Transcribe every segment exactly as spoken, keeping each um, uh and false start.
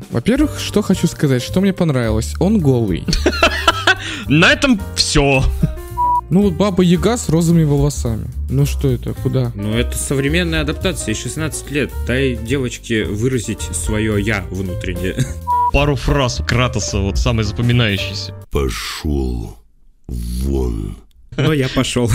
Во-первых, что хочу сказать, что мне понравилось. Он голый. На этом все. Ну вот Баба Яга с розовыми волосами. Ну что это, куда? Ну это современная адаптация, шестнадцать лет. Дай девочке выразить свое «я» внутреннее. Пару фраз Кратоса, вот самые запоминающиеся. Пошел вон. Ну я пошел.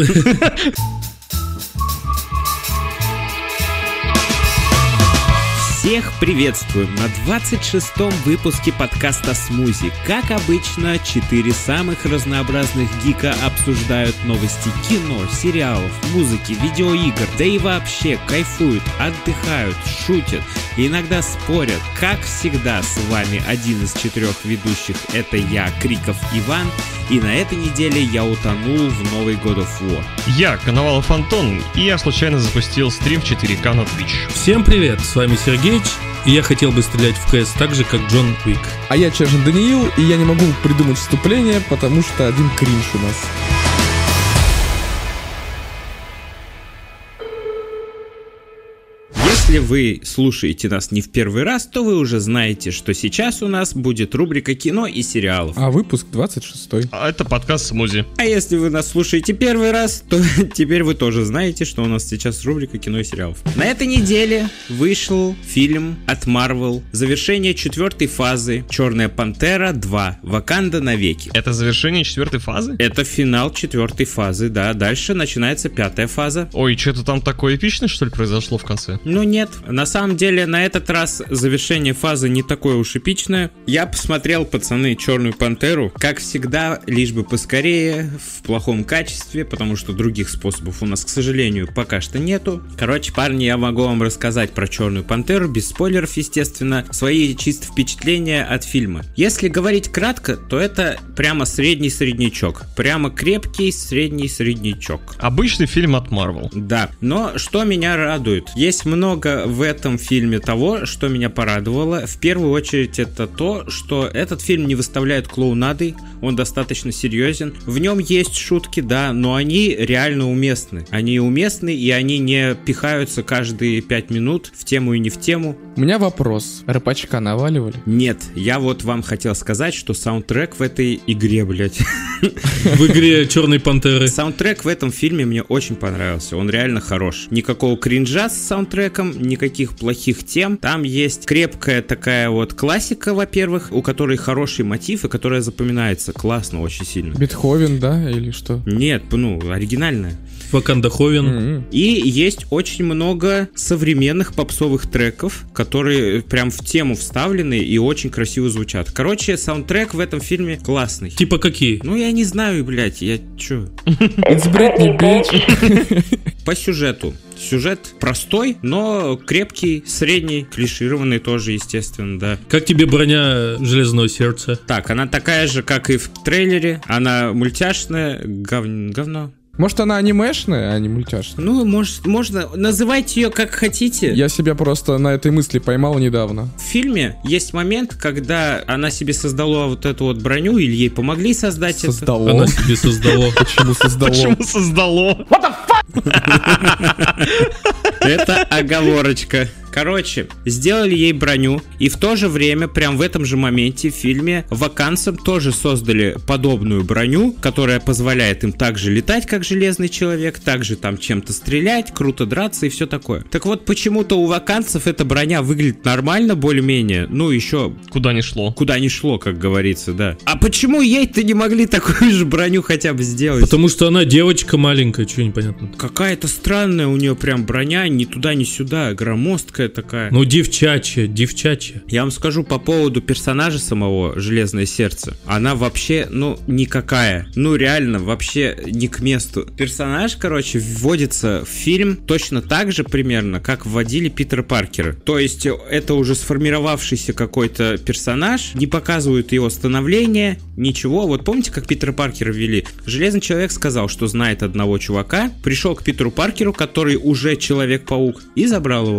Всех приветствую на двадцать шестом выпуске подкаста «Смузи». Как обычно, четыре самых разнообразных гика обсуждают новости кино, сериалов, музыки, видеоигр, да и вообще кайфуют, отдыхают, шутят и иногда спорят. Как всегда, с вами один из четырех ведущих, это я, Криков Иван, и на этой неделе я утонул в новый God of War. Я, Коновалов Антон, и я случайно запустил стрим в четыре ка на Twitch. Всем привет, с вами Сергей, и я хотел бы стрелять в КС так же, как Джон Уик. А я Чержин Даниил, и я не могу придумать вступление, потому что один кринж у нас. Если вы слушаете нас не в первый раз, то вы уже знаете, что сейчас у нас будет рубрика кино и сериалов. А выпуск двадцать шестой. А это подкаст «Смузи». А если вы нас слушаете первый раз, то теперь вы тоже знаете, что у нас сейчас рубрика кино и сериалов. На этой неделе вышел фильм от Marvel, завершение четвертой фазы «Черная пантера два. Ваканда навеки». Это завершение четвертой фазы? Это финал четвертой фазы, да. Дальше начинается пятая фаза. Ой, что-то там такое эпичное, что ли, произошло в конце? Ну нет. На самом деле, на этот раз завершение фазы не такое уж эпичное. Я посмотрел, пацаны, «Черную пантеру». Как всегда, лишь бы поскорее, в плохом качестве, потому что других способов у нас, к сожалению, пока что нету. Короче, парни, я могу вам рассказать про «Черную пантеру», без спойлеров, естественно, свои чисто впечатления от фильма. Если говорить кратко, то это прямо средний среднячок. Прямо крепкий средний среднячок. Обычный фильм от Marvel. Да, но что меня радует? Есть много в этом фильме того, что меня порадовало. В первую очередь это то, что этот фильм не выставляет клоунадой, он достаточно серьезен. В нем есть шутки, да, но они реально уместны. Они уместны, и они не пихаются каждые пять минут в тему и не в тему. У меня вопрос. Рапачка наваливали? Нет, я вот вам хотел сказать, что саундтрек в этой игре, блять. В игре «Черной пантеры». Саундтрек в этом фильме мне очень понравился, он реально хорош. Никакого кринжа с саундтреком, никаких плохих тем. Там есть крепкая такая вот классика, во-первых, у которой хороший мотив и которая запоминается классно, очень сильно. Бетховен, да, или что? Нет, ну, оригинальная. Ваканда Ховен. Mm-hmm. И есть очень много современных попсовых треков, которые прям в тему вставлены и очень красиво звучат. Короче, саундтрек в этом фильме классный. Типа какие? Ну, я не знаю, блядь, я чё? It's Britney, bitch. По сюжету. Сюжет простой, но крепкий, средний, клишированный тоже, естественно, да. Как тебе броня Железного сердца? Так, она такая же, как и в трейлере. Она мультяшная, гов... говно. Может, она анимешная, а не мультяшная? Ну, может, можно... Называйте ее как хотите. Я себя просто на этой мысли поймал недавно. В фильме есть момент, когда она себе создала вот эту вот броню, или ей помогли создать это. Создало. Она себе создала. Почему создало? Почему создало? What the fuck? Это оговорочка. Короче, сделали ей броню, и в то же время, прям в этом же моменте в фильме, ваканцам тоже создали подобную броню, которая позволяет им также летать, как Железный Человек, также там чем-то стрелять, круто драться и все такое. Так вот, почему-то у ваканцев эта броня выглядит нормально, более-менее, ну еще... Куда ни шло. Куда ни шло, как говорится, да. А почему ей-то не могли такую же броню хотя бы сделать? Потому что она девочка маленькая, что непонятно. Какая-то странная у нее прям броня, ни туда, ни сюда, громоздкая такая. Ну, девчачья, девчачья. Я вам скажу по поводу персонажа самого, Железное сердце. Она вообще, ну, никакая. Ну, реально, вообще не к месту. Персонаж, короче, вводится в фильм точно так же примерно, как вводили Питера Паркера. То есть, это уже сформировавшийся какой-то персонаж, не показывают его становление, ничего. Вот помните, как Питера Паркера ввели? Железный Человек сказал, что знает одного чувака, пришел к Питеру Паркеру, который уже Человек-паук, и забрал его. Здесь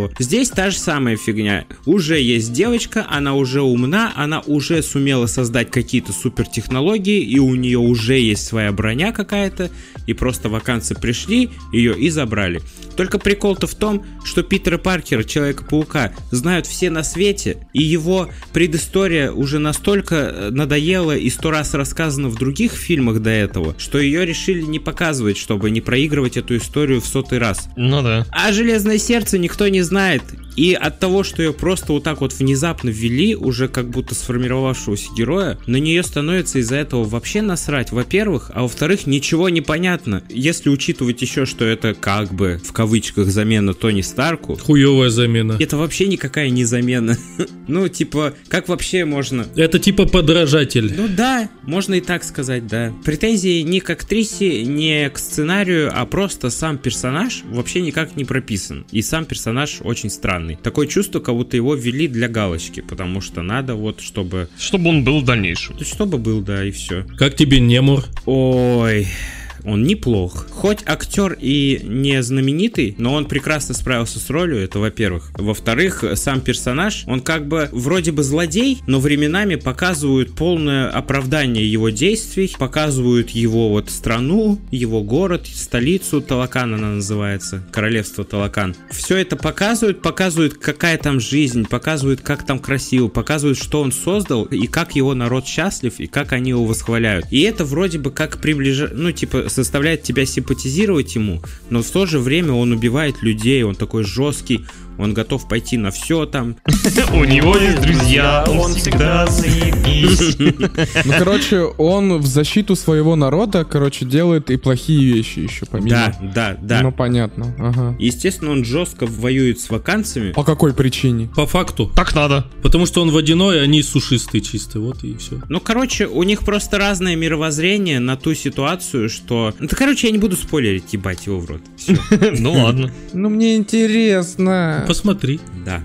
та же самая фигня. Уже есть девочка, она уже умна, она уже сумела создать какие-то супертехнологии, и у нее уже есть своя броня какая-то, и просто ваканцы пришли, ее и забрали. Только прикол-то в том, что Питера Паркера, Человека-паука, знают все на свете, и его предыстория уже настолько надоела и сто раз рассказана в других фильмах до этого, что ее решили не показывать, чтобы не проигрывать эту историю в сотый раз. Ну да. А «Железное сердце» никто не знает. И от того, что ее просто вот так вот внезапно ввели, уже как будто сформировавшегося героя, на нее становится из-за этого вообще насрать, во-первых, а во-вторых, ничего не понятно. Если учитывать еще, что это как бы, в кавычках, замена Тони Старку. Хуевая замена. Это вообще никакая не замена. Ну, типа, как вообще можно... Это типа подражатель. Ну да, можно и так сказать, да. Претензии не к актрисе, не к сценарию, а просто сам персонаж вообще никак не прописан. И сам персонаж очень странный. Такое чувство, как будто его ввели для галочки, потому что надо вот, чтобы... Чтобы он был в дальнейшем. Чтобы был, да, и все. Как тебе Немур? Ой... Он неплох. Хоть актер и не знаменитый, но он прекрасно справился с ролью, это во-первых. Во-вторых, сам персонаж, он как бы вроде бы злодей, но временами показывают полное оправдание его действий, показывают его вот страну, его город, столицу Талакан она называется, королевство Талакан. Все это показывают, показывают, какая там жизнь, показывают, как там красиво, показывают, что он создал, и как его народ счастлив, и как они его восхваляют. И это вроде бы как приближает, ну типа заставляет тебя симпатизировать ему, но в то же время он убивает людей, он такой жесткий, он готов пойти на все там. У него есть друзья, он всегда заебись. Ну, короче, он в защиту своего народа, короче, делает и плохие вещи еще помимо. Да, да, да. Ну, понятно, ага. Естественно, он жестко воюет с ваканцами. По какой причине? По факту. Так надо. Потому что он водяной, а они сушистые чистые, вот и все. Ну, короче, у них просто разное мировоззрение на ту ситуацию, что... Ну, короче, я не буду спойлерить, ебать его в рот. Ну, ладно. Ну, мне интересно. Посмотри. Да.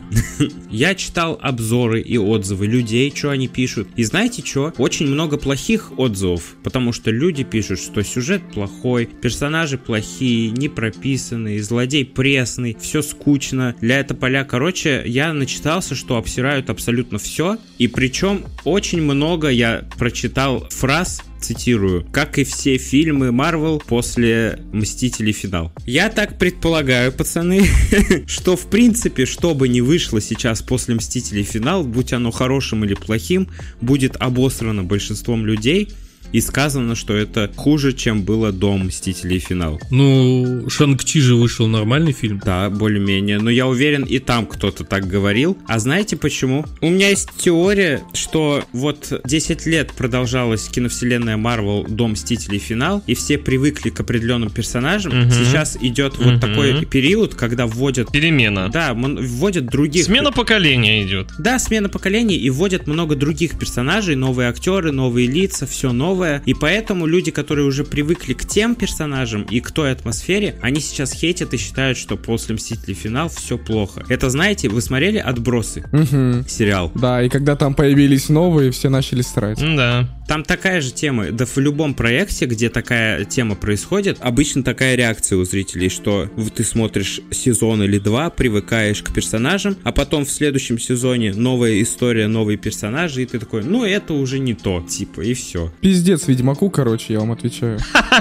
Я читал обзоры и отзывы людей, что они пишут. И знаете что? Очень много плохих отзывов, потому что люди пишут, что сюжет плохой, персонажи плохие, не прописанные, злодей пресный, все скучно. Для этого поля, короче, я начитался, что обсирают абсолютно все. И причем очень много я прочитал фраз, цитирую, как и все фильмы Marvel после «Мстителей. Финал». Я так предполагаю, пацаны, что в принципе, что бы ни вышло сейчас после «Мстителей. Финал», будь оно хорошим или плохим, будет обосрано большинством людей. И сказано, что это хуже, чем было до «Мстителей. Финал». Ну, Шанг-Чи же вышел нормальный фильм. Да, более-менее. Но я уверен, и там кто-то так говорил. А знаете почему? У меня есть теория, что вот десять лет продолжалась киновселенная Marvel до «Мстителей. Финал», и все привыкли к определенным персонажам. Угу. Сейчас идет вот угу. такой период, когда вводят... Перемена. Да, вводят других... Смена поколения идет. Да, смена поколений, и вводят много других персонажей, новые актеры, новые лица, все новое. И поэтому люди, которые уже привыкли к тем персонажам и к той атмосфере, они сейчас хейтят и считают, что после «Мстителей. Финал» все плохо. Это, знаете, вы смотрели «Отбросы»? Угу. Сериал. Да, и когда там появились новые, все начали срать. Да. Там такая же тема. Да в любом проекте, где такая тема происходит, обычно такая реакция у зрителей, что ты смотришь сезон или два, привыкаешь к персонажам, а потом в следующем сезоне новая история, новые персонажи, и ты такой, ну это уже не то, типа, и все. Пиздец Ведьмаку, короче, я вам отвечаю.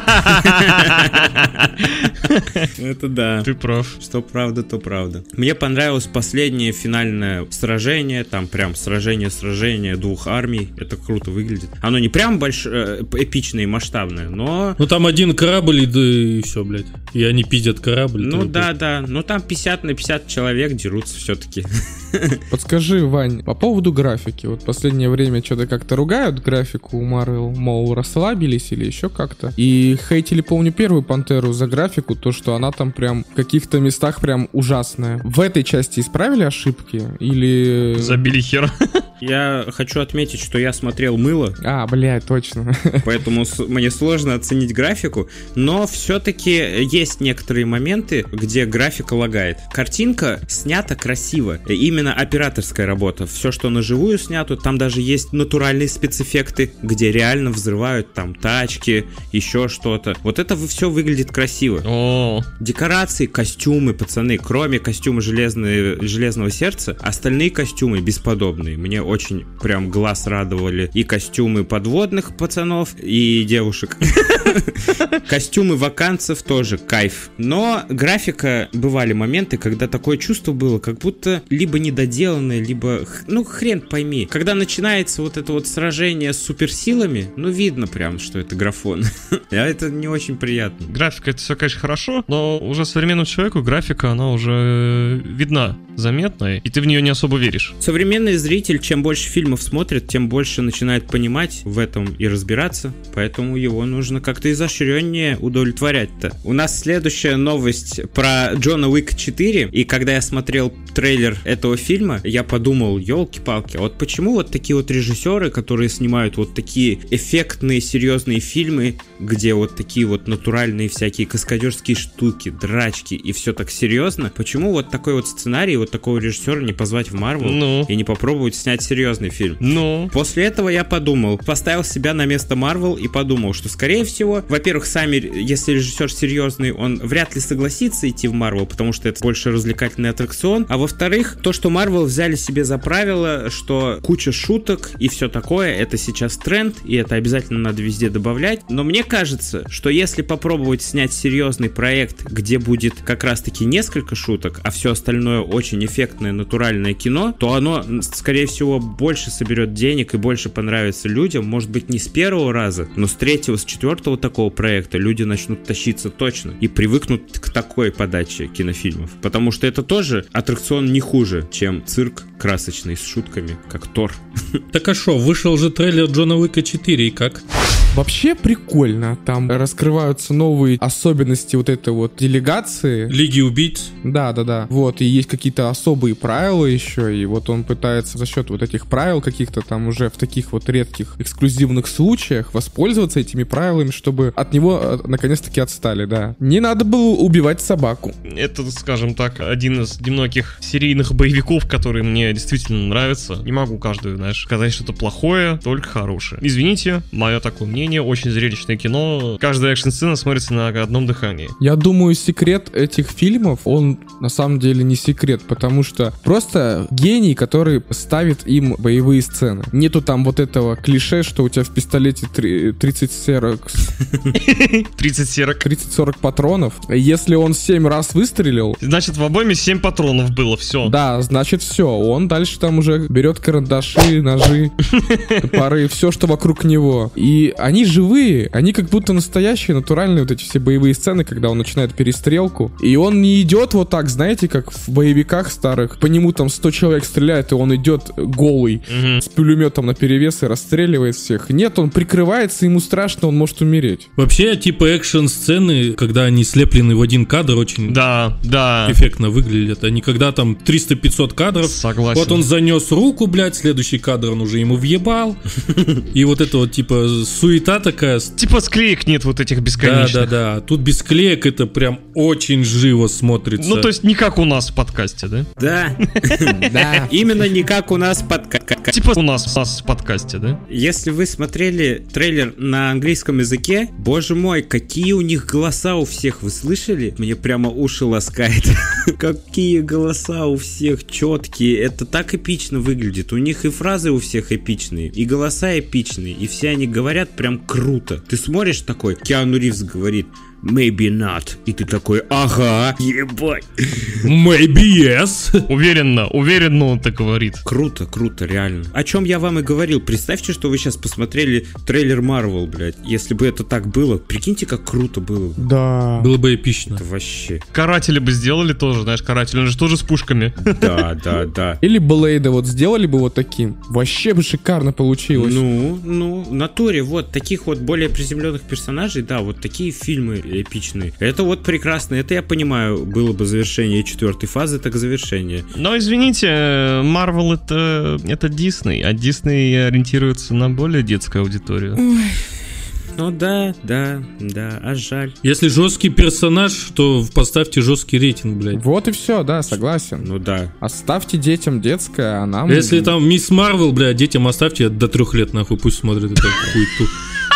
Это да. Ты прав. Что правда, то правда. Мне понравилось последнее финальное сражение, там прям сражение-сражение двух армий. Это круто выглядит. Оно не прям большое, эпичное и масштабное, но... Ну там один корабль и, да, и все, блядь. И они пиздят корабль. Ну да, да. Ну там пятьдесят на пятьдесят человек дерутся все-таки. Подскажи, Вань, по поводу графики. Вот в последнее время что-то как-то ругают графику у Marvel, мол, расслабились или еще как-то. И хейтили, помню, первую Пантеру за графику, то, что она там прям в каких-то местах прям ужасная. В этой части исправили ошибки? Или... Забили хер. Я хочу отметить, что я смотрел «Мыло», А, блядь, точно. поэтому с- мне сложно оценить графику, но все-таки есть некоторые моменты, где графика лагает. Картинка снята красиво, именно операторская работа. Все, что наживую снято, там даже есть натуральные спецэффекты, где реально взрывают там тачки, еще что-то. Вот это все выглядит красиво. О, Декорации, костюмы, пацаны, кроме костюма железной- Железного сердца, остальные костюмы бесподобные. Мне очень прям глаз радовали и костюмы подводных пацанов, и девушек. Костюмы ваканцев тоже кайф. Но графика, бывали моменты, когда такое чувство было, как будто либо недоделанное, либо, х- ну хрен пойми. Когда начинается вот это вот сражение с суперсилами, ну видно прям, что это графон. А это не очень приятно. графика, это все, конечно, хорошо, но уже современному человеку графика, она уже видна, заметная, и ты в нее не особо веришь. Современный зритель, чем больше фильмов смотрит, тем больше начинает понимать в этом и разбираться, поэтому его нужно как-то изощреннее удовлетворять-то. У нас следующая новость про Джона Уика четыре, и когда я смотрел трейлер этого фильма, я подумал, елки-палки, а вот почему вот такие вот режиссеры, которые снимают вот такие эффектные, серьезные фильмы, где вот такие вот натуральные всякие каскадерские штуки, драчки и все так серьезно, почему вот такой вот сценарий, вот такого режиссера не позвать в Марвел Ну, и не попробовать снять серьезный фильм? ну, После этого я подумал, поставил себя на место Марвел и подумал, что скорее всего, во-первых, сами, если режиссер серьезный, он вряд ли согласится идти в Марвел, потому что это больше развлекательный аттракцион, а во-вторых, то, что Марвел взяли себе за правило, что куча шуток и все такое, это сейчас тренд, и это обязательно надо везде добавлять, но мне кажется, что если попробовать снять серьезный проект, где будет как раз-таки несколько шуток, а все остальное очень эффектное, натуральное кино, то оно, скорее всего, больше соберет денег и больше понравится людям, может быть, не с первого раза, но с третьего, с четвертого такого проекта люди начнут тащиться точно и привыкнут к такой подаче кинофильмов, потому что это тоже аттракцион не хуже, чем цирк красочный с шутками, как Тор. Так а шо, вышел же трейлер Джона Уика четыре, и как? Вообще прикольно. Там раскрываются новые особенности вот этой вот делегации. Лиги убийц. Да, да, да. Вот, и есть какие-то особые правила еще, и вот он пытается за счет вот этих правил каких-то там уже в таких вот редких эксклюзивных случаях воспользоваться этими правилами, чтобы от него э, наконец-таки отстали, да. Не надо было убивать собаку. это, скажем так, один из немногих серийных боевиков, которые мне действительно нравятся. Не могу каждую, знаешь, сказать что-то плохое, только хорошее. Извините, мое такое мнение, очень зрелищное кино. Каждая экшн-сцена смотрится на одном дыхании. Я думаю, секрет этих фильмов, он на самом деле не секрет, потому что просто гений, который ставит им боевые сцены. Нету там вот этого клише, что у тебя в пистолете тридцать сорок тридцать сорок. тридцать сорок патронов. Если он семь раз выстрелил, Значит, в обойме семь патронов было, все. да, значит все. Он дальше там уже берет карандаши, ножи, топоры, все, что вокруг него. И они живые, они как будто настоящие, натуральные вот эти все боевые сцены, когда он начинает перестрелку. И он не идет вот так, знаете, как в боевиках старых. По нему там сто человек стреляет, и он идет голый, Мгм. с пулеметом наперевес и расстреливает всех. Нет, он прикрывается, ему страшно, он может умереть. Вообще, типа экшн-сцены, когда они слеплены в один кадр, очень Да, да. эффектно выглядят. А не когда там триста-пятьсот кадров. Согласен. Вот он занес руку, блядь, следующий кадр он уже ему въебал. И вот это вот, типа, суета такая. Типа склеек нет вот этих Да, бесконечных. да, да. Тут без клеек это прям очень живо смотрится. Ну, то есть не как у нас в подкасте, да? Да, Да. именно не как у нас под... Типа у нас, у нас в подкасте, да? Если вы смотрели трейлер на английском языке, боже мой, какие у них голоса у всех, вы слышали? Мне прямо уши ласкает. Какие голоса у всех четкие, это так эпично выглядит. У них и фразы у всех эпичные, и голоса эпичные, и все они говорят прям круто. Ты смотришь такой, Киану Ривз говорит maybe not, и ты такой, ага, ебать. Maybe yes. Уверенно, уверенно он так говорит. Круто, круто, реально. О чем я вам и говорил. Представьте, что вы сейчас посмотрели трейлер Marvel, блядь. Если бы это так было, прикиньте, как круто было бы. Да. Было бы эпично. Это вообще. Каратели бы сделали тоже, знаешь, каратели, он же тоже с пушками. Да, да, да. Или Блейда вот сделали бы вот таким. Вообще бы шикарно получилось. Ну, ну, в натуре, вот таких вот более приземленных персонажей, да, вот такие фильмы эпичные. Это вот прекрасно, это я понимаю, было бы завершение четвертой фазы, так завершение. Но извините, Marvel это, это Disney, а Disney ориентируется на более детскую аудиторию. Ой. Ну да, да, да, а жаль. Если жесткий персонаж, то поставьте жесткий рейтинг, блядь. Вот и все, да, согласен. Ну да. Оставьте детям детское, а нам... Если там Мисс Марвел, блядь, детям оставьте до трех лет, нахуй, пусть смотрят эту хуету.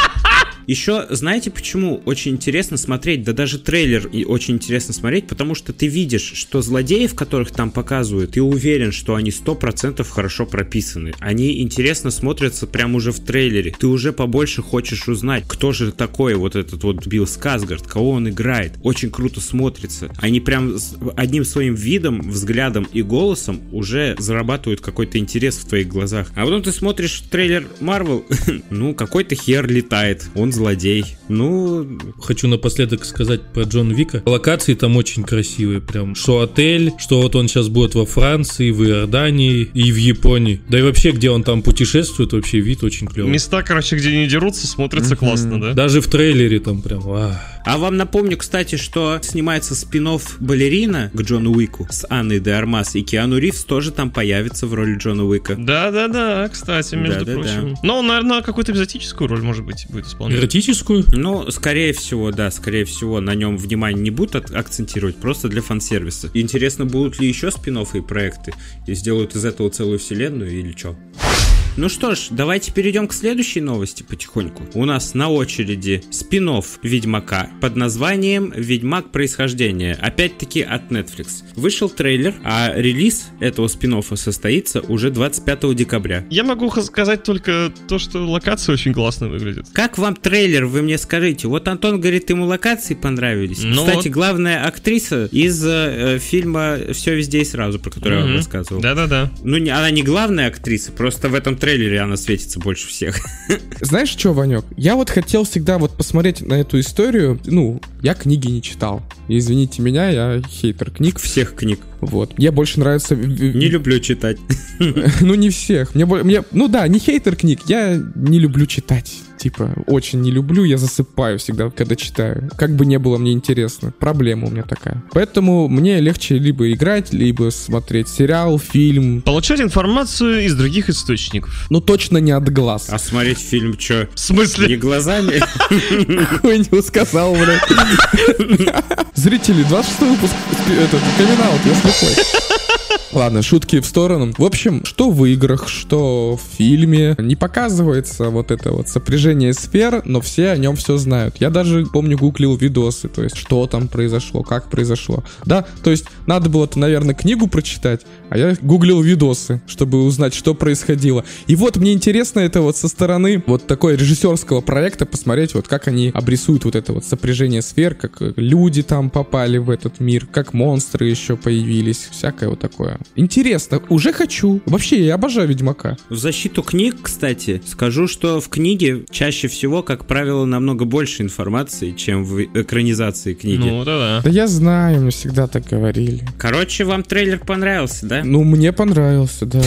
Еще, знаете, почему очень интересно смотреть, да даже трейлер и очень интересно смотреть, потому что ты видишь, что злодеев, которых там показывают, ты уверен, что они сто процентов хорошо прописаны. Они интересно смотрятся прямо уже в трейлере. Ты уже побольше хочешь узнать, кто же такой вот этот вот Билл Скарсгард, кого он играет. Очень круто смотрится. Они прям одним своим видом, взглядом и голосом уже зарабатывают какой-то интерес в твоих глазах. А потом ты смотришь трейлер Marvel, ну, какой-то хер летает, он злодей. Ну... Хочу напоследок сказать про Джон Вика. Локации там очень красивые прям. Что отель, что вот он сейчас будет во Франции, в Иордании и в Японии. Да и вообще, где он там путешествует, вообще вид очень клевый. Места, короче, где не дерутся, смотрятся mm-hmm. классно, да? Даже в трейлере там прям... А, а вам напомню, кстати, что снимается спин-офф «Балерина» к Джону Уику с Анной де Армас, и Киану Ривз тоже там появится в роли Джона Уика. Да-да-да, кстати, между да, прочим. Да, да. Но он, наверное, какую-то экзотическую роль, может быть, будет исполнять. Эротическую? Ну, скорее всего, да, скорее всего, на нем внимание не будут акцентировать, просто для фан-сервиса. Интересно, будут ли еще спин-оффы и проекты, и сделают из этого целую вселенную или что? Ну что ж, давайте перейдем к следующей новости потихоньку. У нас на очереди спин-офф Ведьмака под названием «Ведьмак. Происхождение». Опять-таки от Netflix. Вышел трейлер, а релиз этого спин-оффа состоится уже двадцать пятого декабря. Я могу сказать только то, что локация очень классно выглядит. Как вам трейлер, вы мне скажите? Вот Антон говорит, ему локации понравились. Ну Кстати, вот. главная актриса из э, фильма «Все везде и сразу», про который mm-hmm. я вам рассказывал. Да-да-да. Ну, не, она не главная актриса, просто в этом трейлере трейлере она светится больше всех. Знаешь что, Ванек? Я вот хотел всегда вот посмотреть на эту историю. Ну, я книги не читал. Извините меня, я хейтер книг. Всех книг. Вот. Мне больше нравится... Не люблю читать. Ну, не всех. Мне, мне, ну да, не хейтер книг, я не люблю читать. Типа, очень не люблю, я засыпаю всегда, когда читаю. Как бы не было мне интересно. Проблема у меня такая. Поэтому мне легче либо играть, либо смотреть сериал, фильм. Получать информацию из других источников. Ну, точно не от глаз. А смотреть фильм что? В смысле? Не глазами? Хуйню сказал, блядь. Зрители, двадцать шестой выпуск, этот, камин-аут, я слепой. Ладно, шутки в сторону. В общем, что в играх, что в фильме не показывается вот это вот сопряжение сфер, но все о нем все знают. Я даже, помню, гуглил видосы, то есть, что там произошло, как произошло. Да, то есть, надо было-то, наверное, книгу прочитать, а я гуглил видосы, чтобы узнать, что происходило. И вот мне интересно это вот со стороны вот такой режиссерского проекта посмотреть, вот как они обрисуют вот это вот сопряжение сфер, как люди там попали в этот мир, как монстры еще появились, всякое вот такое. Интересно, уже хочу. Вообще, я обожаю Ведьмака. В защиту книг, кстати, скажу, что в книге чаще всего, как правило, намного больше информации, чем в экранизации книги. Ну, да-да. Да я знаю, мне всегда так говорили. Короче, вам трейлер понравился, да? Ну, мне понравился, да.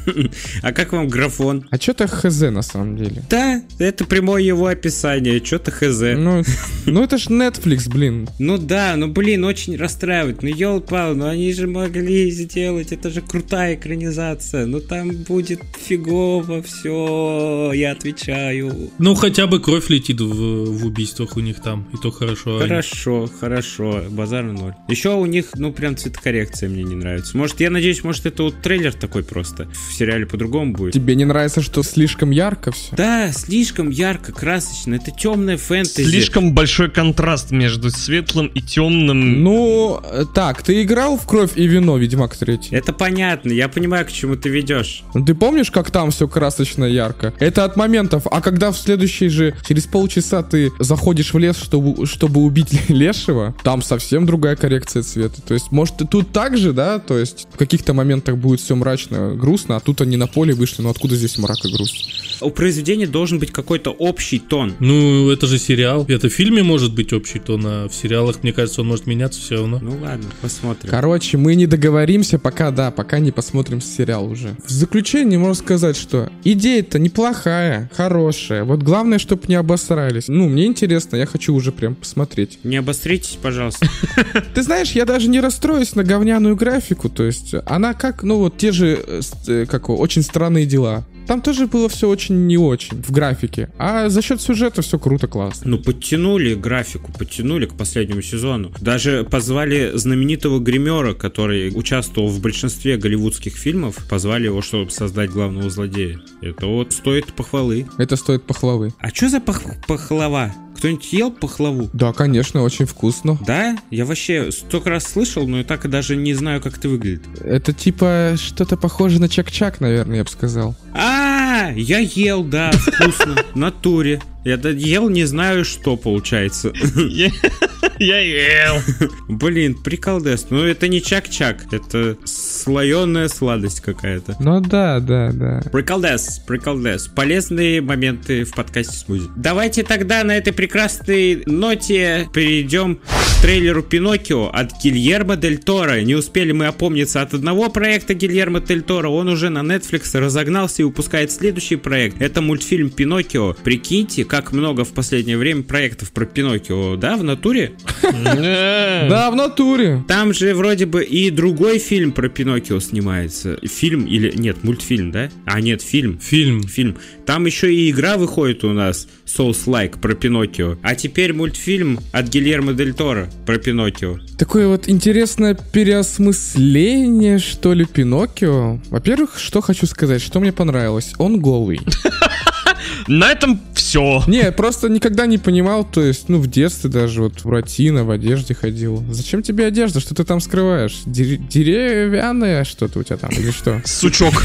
А как вам графон? А что-то хз на самом деле. Да, это прямое его описание, что-то хз. Ну, ну это ж Netflix, блин. Ну да, ну блин, очень расстраивает. Ну ёлпал, ну они же могли сделать, это же крутая экранизация. Ну там будет фигово все, я отвечаю. Ну хотя бы кровь летит в, в убийствах у них там, и то хорошо. Хорошо, они... хорошо, базар ноль. Еще у них, ну прям цветокоррекция мне не нравится. Может, я надеюсь, может это вот трейлер такой просто. В сериале по-другому будет. Тебе не нравится, что слишком ярко все? Да, слишком ярко, красочно. Это темная фэнтези. Слишком большой контраст между светлым и темным. Ну, так, ты играл в «Кровь и вино», Ведьмак третий? Это понятно, я понимаю, к чему ты ведешь. Ты помнишь, как там все красочно ярко? Это от моментов. А когда в следующий же, через полчаса ты заходишь в лес, чтобы, чтобы убить лешего, там совсем другая коррекция цвета. То есть, может, тут так же, да? То есть, в каких-то моментах будет все мрачно, грустно, а тут они на поле вышли, но откуда здесь мрак и грусть? У произведения должен быть какой-то общий тон. Ну, это же сериал. Это в фильме может быть общий тон, а в сериалах, мне кажется, он может меняться все равно. Ну ладно, посмотрим. Короче, мы не договоримся, пока, да, пока не посмотрим сериал уже. В заключение можно сказать, что идея-то неплохая, хорошая. Вот главное, чтобы не обосрались. Ну, мне интересно, я хочу уже прям посмотреть. Не обостритесь, пожалуйста. Ты знаешь, я даже не расстроюсь на говняную графику, то есть она как, ну вот те же, э, как его, очень странные дела. Там тоже было все очень не очень в графике, а за счет сюжета все круто, классно. Ну, подтянули графику, подтянули к последнему сезону. Даже позвали знаменитого гримера, который участвовал в большинстве голливудских фильмов, позвали его, чтобы создать главного злодея. Это вот стоит похвалы. Это стоит похвалы. А что за пох- пахлава? Кто-нибудь ел пахлаву? Да, конечно, очень вкусно. Да? Я вообще столько раз слышал, но и так и даже не знаю, как это выглядит. Это типа что-то похоже на чак-чак, наверное, я бы сказал. А, я ел, да, вкусно, в натуре. Я ел, не знаю, что получается. Я ел. Блин, приколдес. Ну это не чак-чак, это слоеная сладость какая-то. Ну да, да, да. Приколдес, приколдес. Полезные моменты в подкасте «Смузи». Давайте тогда на этой прекрасной ноте перейдем к трейлеру «Пиноккио» от Гильермо Дель Торо. Не успели мы опомниться от одного проекта Гильермо Дель Торо, он уже на Netflix разогнался и выпускает следующий проект. Это мультфильм «Пиноккио». Прикиньте, как много в последнее время проектов про Пиноккио, да, в натуре? Да, в натуре. Там же вроде бы и другой фильм про Пиноккио снимается. Фильм или... Нет, мультфильм, да? А, нет, фильм. Фильм. Фильм. Там еще и игра выходит у нас, Souls-like, про Пиноккио. А теперь мультфильм от Гильермо Дель Торо про Пиноккио. Такое вот интересное переосмысление, что ли, Пиноккио. Во-первых, что хочу сказать, что мне понравилось. Он голый. На этом все. Не, просто никогда не понимал, то есть, ну, в детстве даже, вот, в Буратино в одежде ходил. Зачем тебе одежда? Что ты там скрываешь? Дер- деревянное что-то у тебя там или что? Сучок.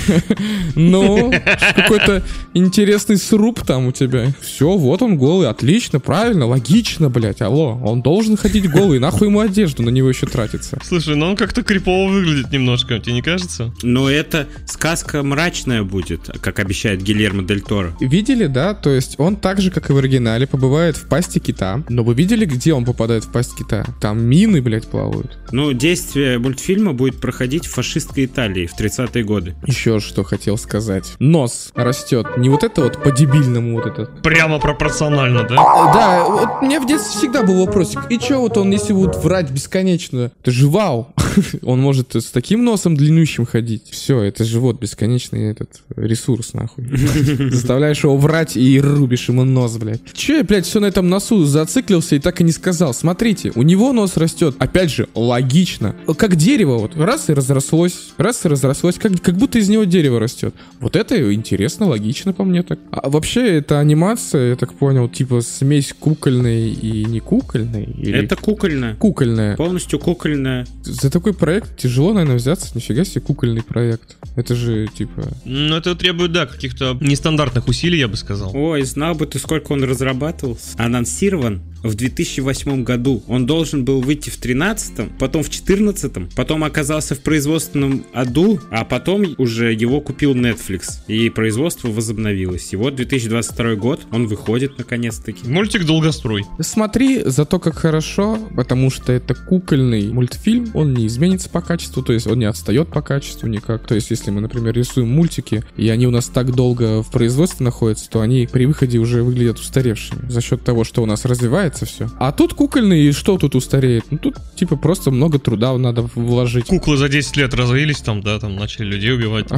Ну, какой-то интересный сруб там у тебя. Все, вот он голый, отлично, правильно, логично, блять, алло. Он должен ходить голый, нахуй ему одежду на него еще тратится. Слушай, ну он как-то крипово выглядит немножко, тебе не кажется? Но это сказка мрачная будет, как обещает Гильермо Дель Торо. Видели, да? То есть он так же, как и в оригинале, побывает в пасти кита. Но вы видели, где он попадает в пасть кита? Там мины, блядь, плавают. Ну, действие мультфильма будет проходить в фашистской Италии в тридцатые годы. Еще что хотел сказать. Нос растет. Не вот это вот по-дебильному вот это. Прямо пропорционально, да? Да, вот у меня в детстве всегда был вопросик. И че вот он, если вот врать бесконечно? Это же вау. Он может с таким носом длиннющим ходить. Все, это же вот бесконечный этот ресурс, нахуй. Заставляешь его врать и рубишь ему нос, блядь. Че я, блядь, все на этом носу зациклился и так и не сказал? Смотрите, у него нос растет, опять же, логично. Как дерево вот, раз и разрослось, раз и разрослось, как, как будто из него дерево растет. Вот это интересно, логично по мне так. А вообще, это анимация, я так понял, типа смесь кукольной и не кукольной? Или... Это кукольная. Кукольная. Полностью кукольная. За такой проект тяжело, наверное, взяться. Нифига себе кукольный проект. Это же, типа... Ну, это требует, да, каких-то нестандартных усилий, я бы сказал. Ой, знал бы ты, сколько он разрабатывался. Анонсирован в две тысячи восьмом году. Он должен был выйти в тринадцатом, потом в четырнадцатом, потом оказался в производственном аду, а потом уже его купил Netflix, и производство возобновилось. И вот две тысячи двадцать второй год, он выходит наконец-таки. Мультик долгострой. Смотри за то, как хорошо, потому что это кукольный мультфильм, он не изменится по качеству, то есть он не отстает по качеству никак. То есть если мы, например, рисуем мультики, и они у нас так долго в производстве находятся, то они при выходе уже выглядят устаревшими за счет того, что у нас развивается все. А тут кукольный, и что тут устареет? Ну тут типа просто много труда надо вложить. Куклы за десять лет развились там, да, там начали людей убивать.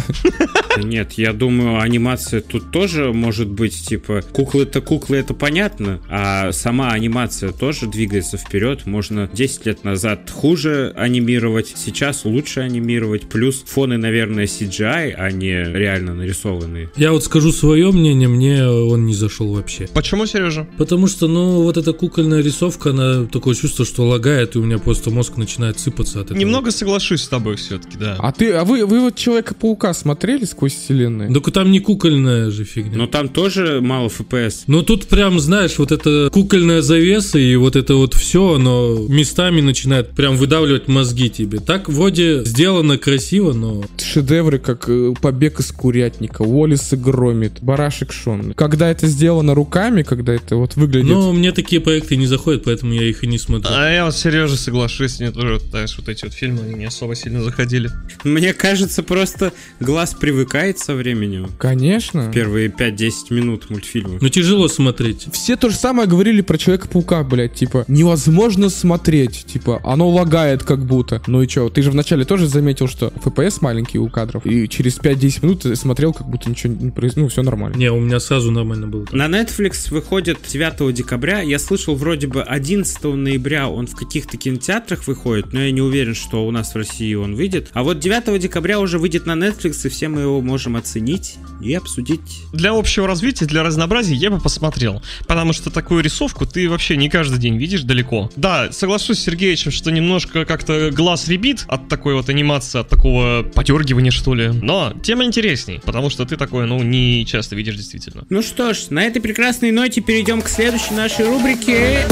Нет, я думаю, анимация тут тоже может быть, типа, куклы-то куклы, это понятно, а сама анимация тоже двигается вперед. Можно десять лет назад хуже анимировать, сейчас лучше анимировать, плюс фоны, наверное, си джи ай, а не реально нарисованные. Я вот скажу свое мнение, мне он не зашел вообще. Почему, Сережа? Потому что, ну, вот эта кукольная рисовка, она такое чувство, что лагает, и у меня просто мозг начинает сыпаться от этого. Немного соглашусь с тобой все-таки, да. А ты, а вы, вы вот Человека-паука смотрели сквозь вселенную? Да там не кукольная же фигня. Но там тоже мало эф пи эс. Ну тут прям, знаешь, вот эта кукольная завеса и вот это вот все, оно местами начинает прям выдавливать мозги тебе. Так вроде сделано красиво, но... Шедевры, как э, «Побег из курятника», «Уоллес и Громит», «Барашек Шон». Когда это сделано руками, когда это вот выглядит... Но мне такие проекты не заходят, поэтому я их и не смотрю. А я вот Сережа соглашусь, мне тоже, знаешь, вот эти вот фильмы, они не особо сильно заходили. Мне кажется, просто глаз привыкает со временем. Конечно. Первые пять-десять минут мультфильма. Ну тяжело смотреть. Все то же самое говорили про Человека-паука, блядь, типа, невозможно смотреть, типа, оно лагает как будто. Ну и чё, ты же вначале тоже заметил, что эф пи эс маленький у кадров, и через пять-десять минут ты смотрел, как будто ничего не произошло, ну все нормально. Не, у меня сразу нормально было. На Netflix выходит девятого декабря, я слышал, вроде бы одиннадцатого ноября он в каких-то кинотеатрах выходит, но я не уверен, что у нас в России он выйдет. А вот девятого декабря уже выйдет на Netflix, и все мы его можем оценить и обсудить. Для общего развития, для разнообразия я бы посмотрел, потому что такую рисовку ты вообще не каждый день видишь далеко. Да, соглашусь с Сергеичем, что немножко как-то глаз рябит от такой вот анимации, от такого подергивания, что ли, но тема интересней, потому что ты такое, ну, не часто видишь действительно. Ну что ж, на этой прекрасной ноте перейдем к следующей нашей рубрике.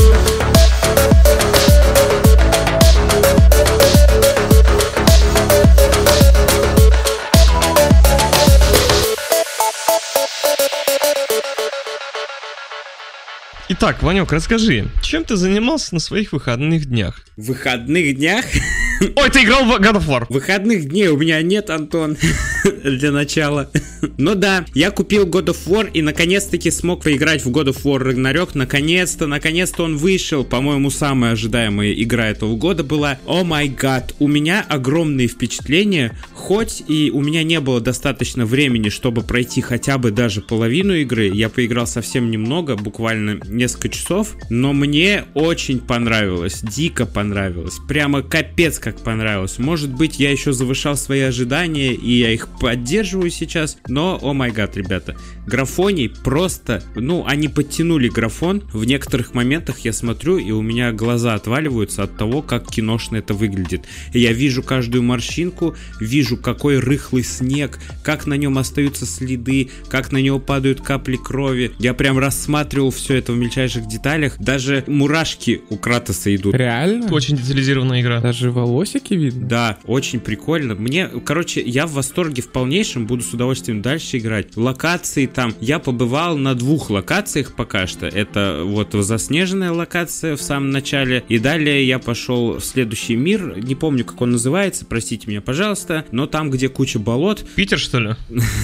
Итак, Ванек, расскажи, чем ты занимался на своих выходных днях? В выходных днях? Ой, ты играл в God of War. Выходных дней у меня нет, Антон, для начала. Ну да, я купил God of War и наконец-таки смог поиграть в God of War Ragnarok. Наконец-то, наконец-то он вышел. По-моему, самая ожидаемая игра этого года была. О май гад, у меня огромные впечатления. Хоть и у меня не было достаточно времени, чтобы пройти хотя бы даже половину игры. Я поиграл совсем немного, буквально несколько часов. Но мне очень понравилось, дико понравилось. Прямо капец как понравилось. Может быть, я еще завышал свои ожидания, и я их поддерживаю сейчас. Но, о май гад, ребята, графоний просто, ну, они подтянули графон. В некоторых моментах я смотрю, и у меня глаза отваливаются от того, как киношно это выглядит. И я вижу каждую морщинку, вижу, какой рыхлый снег, как на нем остаются следы, как на него падают капли крови. Я прям рассматривал все это в мельчайших деталях. Даже мурашки у Кратоса идут. Реально? Очень детализированная игра. Даже волосики видно? Да, очень прикольно. Мне, короче, я в восторге в полнейшем, буду с удовольствием дальше играть. Локации там, я побывал на двух локациях пока что. Это вот заснеженная локация в самом начале, и далее я пошел в следующий мир, не помню, как он называется, простите меня, пожалуйста, но там, где куча болот. Питер, что ли?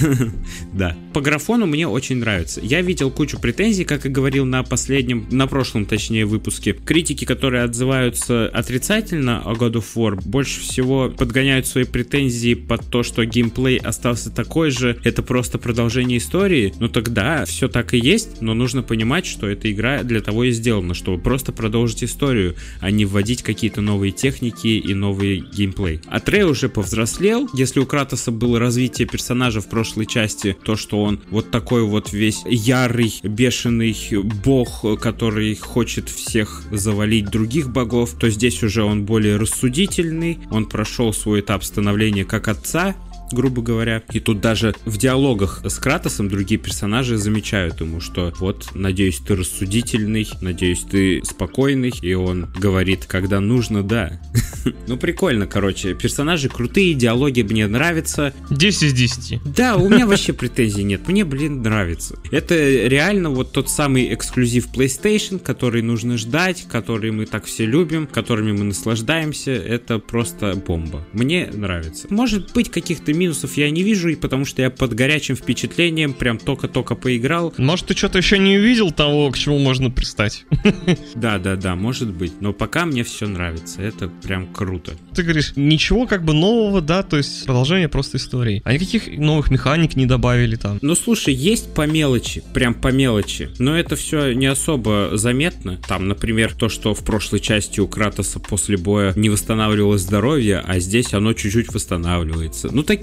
Да. По графону мне очень нравится. Я видел кучу претензий, как и говорил на последнем, на прошлом, точнее, выпуске. Критики, которые отзываются отрицательно о God of War, больше всего подгоняют свои претензии под то, что геймплей остался такой же, это просто продолжение истории. Ну тогда все так и есть, но нужно понимать, что эта игра для того и сделана, чтобы просто продолжить историю, а не вводить какие-то новые техники и новый геймплей. Атрей уже повзрослел. Если у Кратоса было развитие персонажа в прошлой части, то, что он вот такой вот весь ярый, бешеный бог, который хочет всех завалить других богов, то здесь уже он более рассудительный, он прошел свой этап становления как отца, грубо говоря. И тут даже в диалогах с Кратосом другие персонажи замечают ему, что вот, надеюсь, ты рассудительный, надеюсь, ты спокойный. И он говорит, когда нужно, да. Ну, прикольно, короче. Персонажи крутые, диалоги мне нравятся. десять из десяти. Да, у меня вообще претензий нет. Мне, блин, нравится. Это реально вот тот самый эксклюзив PlayStation, который нужно ждать, который мы так все любим, которыми мы наслаждаемся. Это просто бомба. Мне нравится. Может быть, каких-то минусов я не вижу, и потому что я под горячим впечатлением прям только-только поиграл. Может, ты что-то еще не увидел того, к чему можно пристать? Да-да-да, может быть. Но пока мне все нравится. Это прям круто. Ты говоришь, ничего как бы нового, да? То есть продолжение просто истории. А никаких новых механик не добавили там? Ну, слушай, есть по мелочи, прям по мелочи. Но это все не особо заметно. Там, например, то, что в прошлой части у Кратоса после боя не восстанавливалось здоровье, а здесь оно чуть-чуть восстанавливается. Ну, такие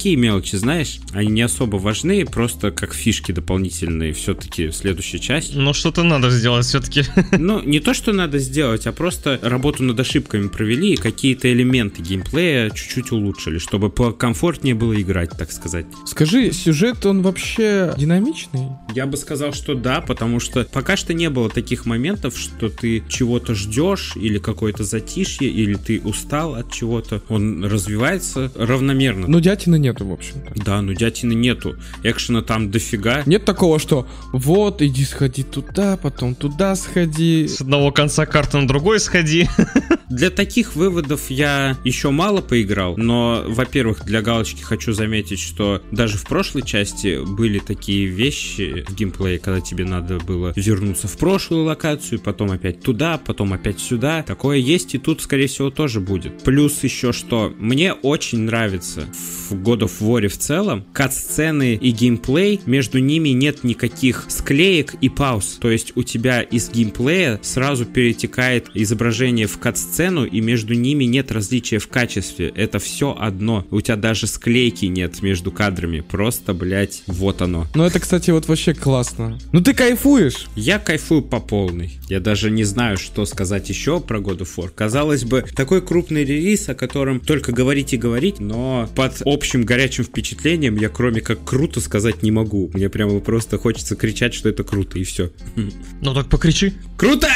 такие мелочи, знаешь, они не особо важны, просто как фишки дополнительные все-таки в следующей части. Но что-то надо сделать все-таки. Ну, не то, что надо сделать, а просто работу над ошибками провели и какие-то элементы геймплея чуть-чуть улучшили, чтобы покомфортнее было играть, так сказать. Скажи, сюжет, он вообще динамичный? Я бы сказал, что да, потому что пока что не было таких моментов, что ты чего-то ждешь, или какое-то затишье, или ты устал от чего-то. Он развивается равномерно. Ну, дятины нету, в общем-то. Да, ну дятины нету. Экшена там дофига. Нет такого, что вот, иди сходи туда, потом туда сходи. С одного конца карты на другой сходи. Для таких выводов я еще мало поиграл, но, во-первых, для галочки хочу заметить, что даже в прошлой части были такие вещи в геймплее, когда тебе надо было вернуться в прошлую локацию, потом опять туда, потом опять сюда. Такое есть и тут, скорее всего, тоже будет. Плюс еще что, мне очень нравится в God of War в целом кат-сцены и геймплей, между ними нет никаких склеек и пауз. То есть у тебя из геймплея сразу перетекает изображение в кат-сцену, и между ними нет различия в качестве. Это все одно. У тебя даже склейки нет между кадрами. Просто, блять, вот оно. Ну это, кстати, вот вообще классно. Ну ты кайфуешь? Я кайфую по полной. Я даже не знаю, что сказать еще про God of War. Казалось бы, такой крупный релиз, о котором только говорить и говорить, но под общим горячим впечатлением я кроме как круто сказать не могу. Мне прямо просто хочется кричать, что это круто, и все. Ну так покричи. Круто!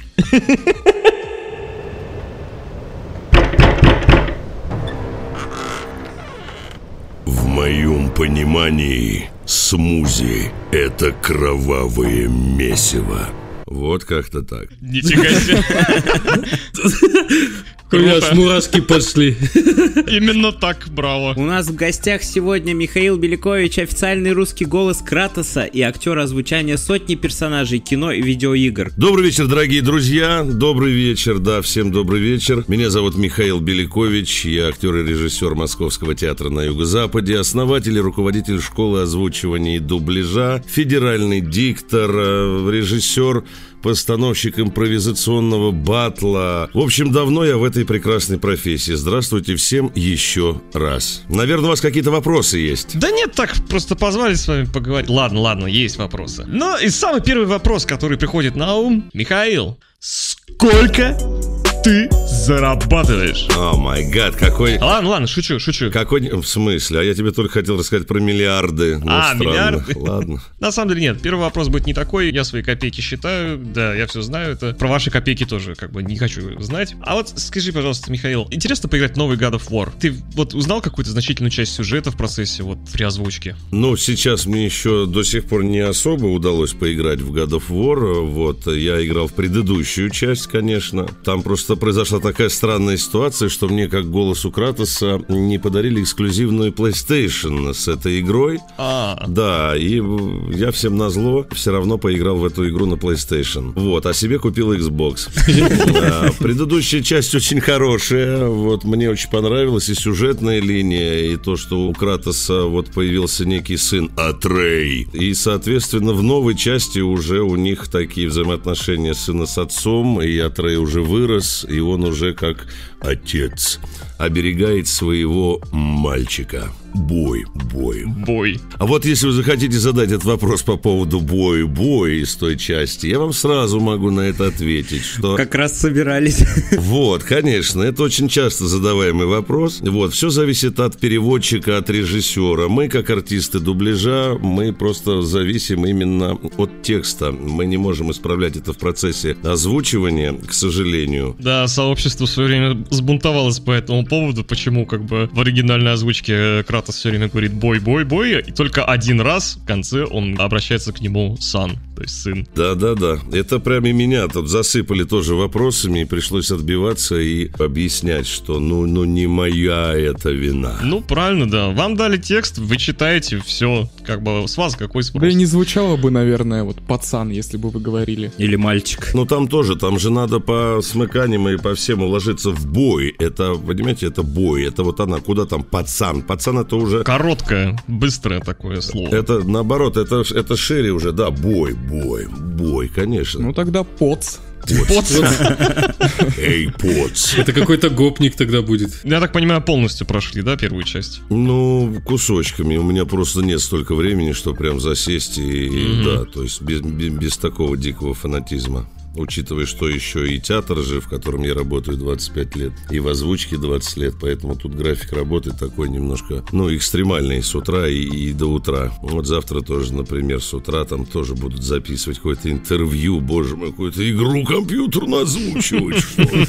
В моем понимании, смузи — это кровавое месиво. Вот как-то так. Нифига себе. У меня аж мурашки пошли. Именно так, браво. У нас в гостях сегодня Михаил Белякович, официальный русский голос Кратоса и актер озвучания сотни персонажей кино и видеоигр. Добрый вечер, дорогие друзья. Добрый вечер, да, всем добрый вечер. Меня зовут Михаил Белякович. Я актер и режиссер Московского театра на Юго-Западе, основатель и руководитель школы озвучивания и дубляжа, федеральный диктор, режиссер, постановщик импровизационного батла. В общем, давно я в этой прекрасной профессии. Здравствуйте всем еще раз. Наверное, у вас какие-то вопросы есть? Да нет, так просто позвали с вами поговорить. Ладно, ладно, есть вопросы. Но и самый первый вопрос, который приходит на ум. Михаил, сколько ты зарабатываешь? О май гад, какой... Ладно, ладно, шучу, шучу. Какой... В смысле? А я тебе только хотел рассказать про миллиарды. Ну, а, странно. миллиарды? Ладно. На самом деле нет, первый вопрос будет не такой. Я свои копейки считаю, да, я все знаю. Это про ваши копейки тоже как бы не хочу знать. А вот скажи, пожалуйста, Михаил, интересно поиграть в новый God of War? Ты вот узнал какую-то значительную часть сюжета в процессе вот при озвучке? Ну, сейчас мне еще до сих пор не особо удалось поиграть в God of War. Вот, я играл в предыдущую часть, конечно. Там просто произошла такая странная ситуация, что мне, как голосу Кратоса, не подарили эксклюзивную PlayStation с этой игрой. А. Да, и я всем назло все равно поиграл в эту игру на PlayStation. Вот, а себе купил Xbox. Предыдущая часть очень хорошая. Вот, мне очень понравилась и сюжетная линия, и то, что у Кратоса вот появился некий сын Атрей. И, соответственно, в новой части уже у них такие взаимоотношения сына с отцом, и Атрей уже вырос, и он уже как отец оберегает своего мальчика. Бой, бой. Бой. А вот если вы захотите задать этот вопрос по поводу бой, бой из той части, я вам сразу могу на это ответить, что... Как раз собирались. Вот, конечно, это очень часто задаваемый вопрос. Вот, все зависит от переводчика, от режиссера. Мы, как артисты дубляжа, мы просто зависим именно от текста. Мы не можем исправлять это в процессе озвучивания, к сожалению. Да, сообщество в свое время сбунтовалось по этому поводу, почему как бы в оригинальной озвучке Кратос все время говорит бой, бой, бой, и только один раз в конце он обращается к нему сан, то есть сын. Да-да-да, это прям и меня тут засыпали тоже вопросами, и пришлось отбиваться и объяснять, что ну, ну не моя это вина. Ну, правильно, да. Вам дали текст, вы читаете, все, как бы с вас какой спрос? Да и не звучало бы, наверное, вот пацан, если бы вы говорили. Или мальчик. Ну там тоже, там же надо по смыканиям и по всем уложиться в бой. Это, понимаете, это бой. Это вот она, куда там пацан? Пацан это уже... Короткое, быстрое такое слово. Это наоборот, это, это шире уже, да, бой, бой, бой, конечно. Ну тогда поц. Эй, поц. Это какой-то гопник тогда будет. Я так понимаю, полностью прошли, да, первую часть? Ну, кусочками. У меня просто нет столько времени, что прям засесть и, и да, то есть без, без, без такого дикого фанатизма. Учитывая, что еще и театр же, в котором я работаю двадцать пять лет, и в озвучке двадцать лет, поэтому тут график работы такой немножко, ну, экстремальный с утра и, и до утра. Вот завтра тоже, например, с утра там тоже будут записывать какое-то интервью, боже мой, какую-то игру компьютерную озвучивать.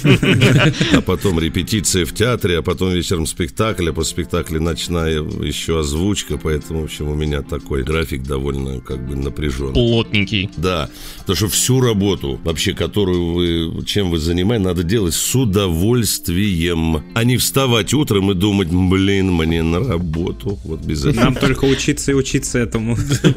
А потом репетиция в театре, а потом вечером спектакль, а после спектакля ночная еще озвучка, поэтому, в общем, у меня такой график довольно как бы напряженный. Плотненький. Да, потому что всю работу, вообще, которую вы, чем вы занимаетесь, надо делать с удовольствием, а не вставать утром и думать, блин, мне на работу. Вот без этого. Нам только учиться и учиться этому.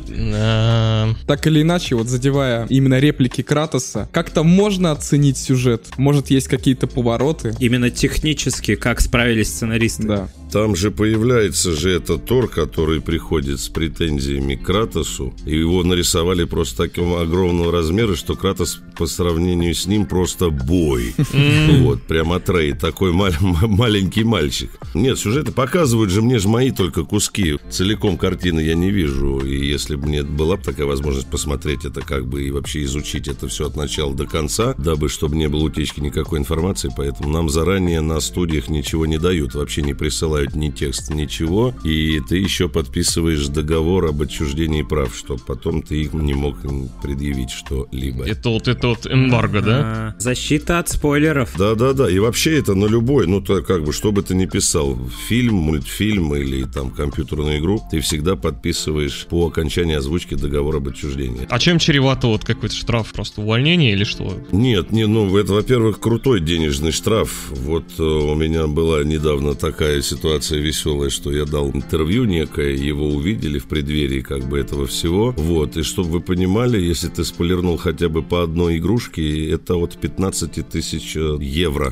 Так или иначе, вот задевая именно реплики Кратоса, как-то можно оценить сюжет? Может, есть какие-то повороты? Именно технически, как справились сценаристы. Да. Там же появляется же этот Тор, который приходит с претензиями к Кратосу, и его нарисовали просто такого огромного размера, что Кратос по сравнению с ним просто бой. Вот, прям Атрей, такой маленький мальчик. Нет, сюжеты показывают же мне же мои только куски. Целиком картины я не вижу, и если бы мне была бы такая возможность посмотреть это как бы и вообще изучить это все от начала до конца, дабы чтобы не было утечки никакой информации, поэтому нам заранее на студиях ничего не дают, вообще не присылают ни текст, ничего, и ты еще подписываешь договор об отчуждении прав, чтобы потом ты их не мог предъявить что-либо. Это вот это вот эмбарго, да? Защита от спойлеров. Да-да-да, и вообще это на любой, ну, то как бы, что бы ты ни писал, фильм, мультфильм или там компьютерную игру, ты всегда подписываешь по окончании озвучки договор об отчуждении. А чем чревато вот какой-то штраф? Просто увольнение или что? Нет, не, ну, это, во-первых, крутой денежный штраф. Вот э, у меня была недавно такая ситуация веселая, что я дал интервью некое, его увидели в преддверии как бы этого всего. Вот, и чтобы вы понимали, если ты спойлернул хотя бы по одной игрушке, это от пятнадцать тысяч евро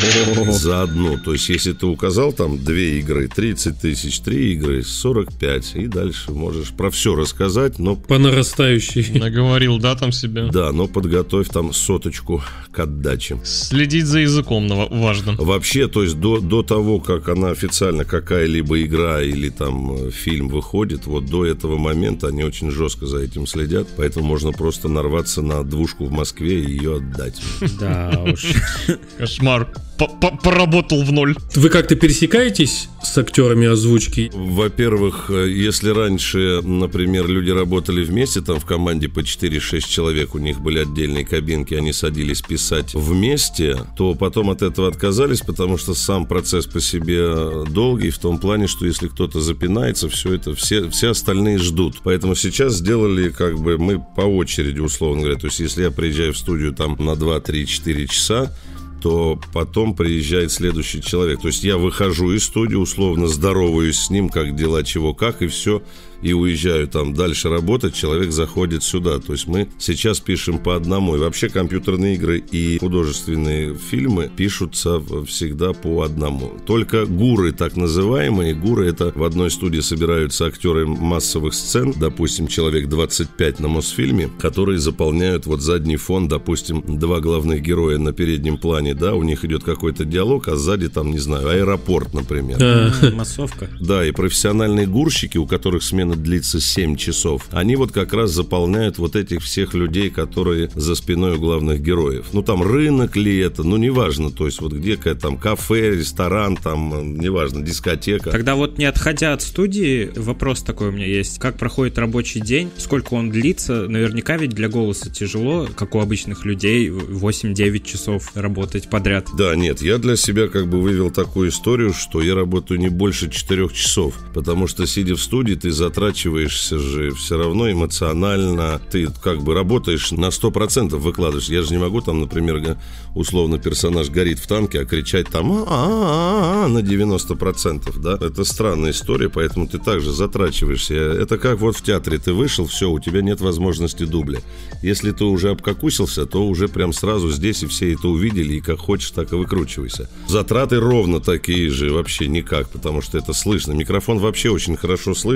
за одну. То есть, если ты указал там две игры, тридцать тысяч, три игры, сорок пять, и дальше можешь про все рассказать, но... По нарастающей. Наговорил, да, там себе? Да, но подготовь там соточку к отдаче. Следить за языком важно. Вообще, то есть до, до того, как она официально, какая-либо игра или там фильм выходит, вот до этого момента они очень жестко за этим следят, поэтому можно просто нарваться на двушку в Москве и ее отдать. Да уж. Кошмар. Поработал в ноль. Вы как-то пересекаетесь с актерами озвучки? Во-первых, если раньше, например, люди работали вместе, там в команде по четыре-шесть человек, у них были отдельные кабинки, они садились писать вместе, то потом от этого отказались, потому что сам процесс по себе долгий, в том плане, что если кто-то запинается, все это, все, все остальные ждут. Поэтому сейчас сделали, как бы, мы по очереди, условно говоря, то есть если я приезжаю в студию там на два-три-четыре часа, то потом приезжает следующий человек. То есть я выхожу из студии, условно здороваюсь с ним, как дела, чего, как, и все, и уезжаю там дальше работать, человек заходит сюда. То есть мы сейчас пишем по одному. И вообще компьютерные игры и художественные фильмы пишутся всегда по одному. Только гуры, так называемые, гуры — это в одной студии собираются актеры массовых сцен, допустим, человек двадцать пять на Мосфильме, которые заполняют вот задний фон, допустим, два главных героя на переднем плане, да, у них идет какой-то диалог, а сзади там, не знаю, аэропорт, например. Массовка. Да, и профессиональные гурщики, у которых смена длится семь часов, они вот как раз заполняют вот этих всех людей, которые за спиной у главных героев. Ну, там рынок ли это, ну, неважно, то есть вот где там кафе, ресторан, там, неважно, дискотека. Тогда вот не отходя от студии, вопрос такой у меня есть. Как проходит рабочий день, сколько он длится? Наверняка ведь для голоса тяжело, как у обычных людей, восемь-девять часов работать подряд. Да, нет, я для себя как бы вывел такую историю, что я работаю не больше четырех часов, потому что, сидя в студии, ты затрачиваешься же все равно эмоционально, ты как бы работаешь на сто процентов, выкладываешь. Я же не могу там, например, условно персонаж горит в танке, а кричать там а-а-а на девяносто процентов, да? Это странная история, поэтому ты также затрачиваешься. Это как вот в театре ты вышел, все, у тебя нет возможности дубля. Если ты уже обкакусился, то уже прям сразу здесь и все это увидели, и как хочешь, так и выкручивайся. Затраты ровно такие же, вообще никак, потому что это слышно. Микрофон вообще очень хорошо слышит, и ничего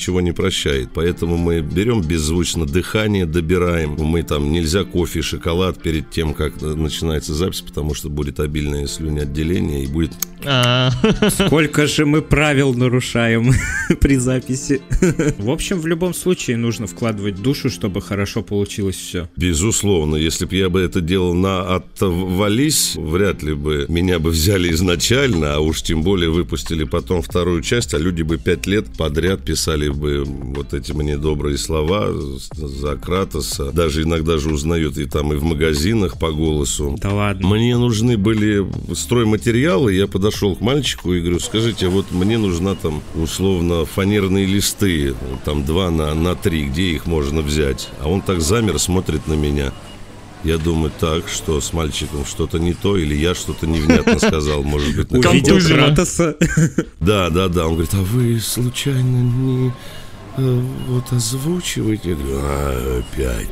ничего не прощает. Поэтому мы берем беззвучно дыхание, добираем. Мы там нельзя кофе и шоколад перед тем, как начинается запись, потому что будет обильное слюноотделение и будет... Сколько же мы правил нарушаем при записи. В общем, в любом случае нужно вкладывать душу, чтобы хорошо получилось все. Безусловно, если бы я бы это делал на отвались, вряд ли бы меня бы взяли изначально, а уж тем более выпустили потом вторую часть, а люди бы пять лет подряд писали бы вот эти мне добрые слова за Кратоса. Даже иногда же узнают и там и в магазинах по голосу. Да ладно. Мне нужны были стройматериалы, я подошел Шел к мальчику и говорю: скажите, вот мне нужна там условно фанерные листы, там два на, на три, где их можно взять? А он так замер, смотрит на меня. Я думаю, так, что с мальчиком что-то не то, или я что-то невнятно сказал, может быть, на увидел Кратоса. Да, да, да. Он говорит: а вы случайно не... вот озвучиваете? Я говорю: а, опять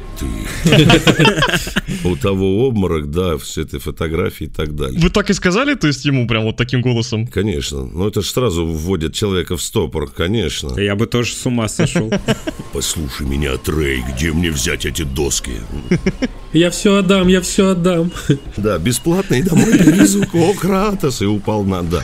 ты. У того обморок, да, с этой фотографии и так далее. Вы так и сказали, то есть ему прям вот таким голосом? Конечно. Ну это же сразу вводит человека в стопор, конечно. Я бы тоже с ума сошел. Послушай меня, Трей, где мне взять эти доски? Я все отдам, я все отдам. Да, бесплатно и домой привезу. О, Кратос, и упал на, да.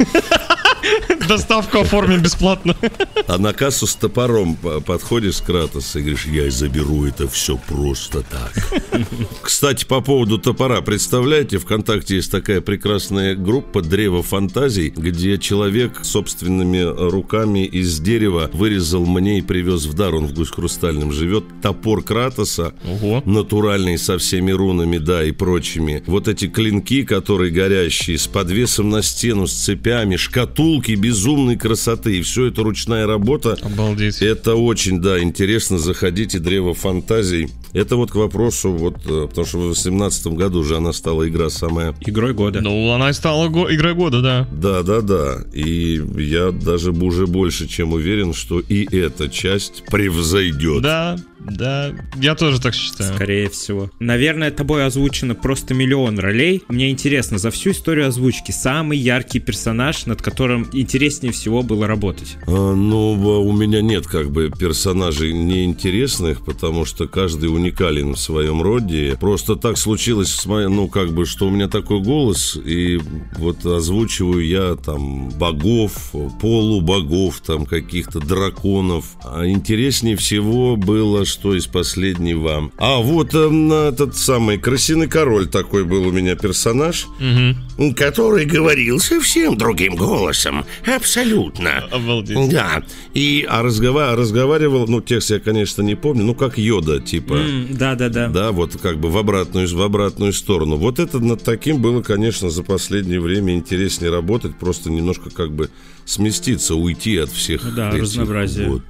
Доставку оформим бесплатно. А на кассу с топором подходишь к Кратосу и говоришь: я заберу это все просто так. Кстати, по поводу топора. Представляете, ВКонтакте есть такая прекрасная группа «Древо фантазий», где человек собственными руками из дерева вырезал мне и привез в дар. Он в Гусь-Хрустальном живет. Топор Кратоса. Ого. Натуральный, со всеми рунами, да, и прочими. Вот эти клинки, которые горящие, с подвесом на стену, с цепями, шкатулки безумной красоты. И все это ручная работа. Обалдеть. Это очень, да, интересно. Заходите, «Древо фантазий». Это вот к вопросу, вот, потому что в восемнадцатом году уже она стала игра самая... Игрой года. Ну, она и стала го- игрой года, да. Да, да, да. И я даже уже больше чем уверен, что и эта часть превзойдет. Да, да, я тоже так считаю. Скорее всего. Наверное, тобой озвучено просто миллион ролей. Мне интересно, за всю историю озвучки самый яркий персонаж, над которым интереснее всего было работать? А, ну, у меня нет как бы персонажей неинтересных, потому что каждый уникален в своем роде. Просто так случилось, ну, как бы, что у меня такой голос, и вот озвучиваю я там богов, полубогов, там каких-то драконов. А интереснее всего было, что из последнего. А вот э, этот самый Крысиный король такой был у меня персонаж, угу. который говорил совсем другим голосом. Абсолютно. Обалдеть. Да. И а разгова- разговаривал, ну, текст я, конечно, не помню, ну, как Йода, типа. Mm, да, да, да. Да, вот как бы в обратную, в обратную сторону. Вот это над таким было, конечно, за последнее время интереснее работать, просто немножко как бы сместиться, уйти от всех да, этих разнообразия. Вот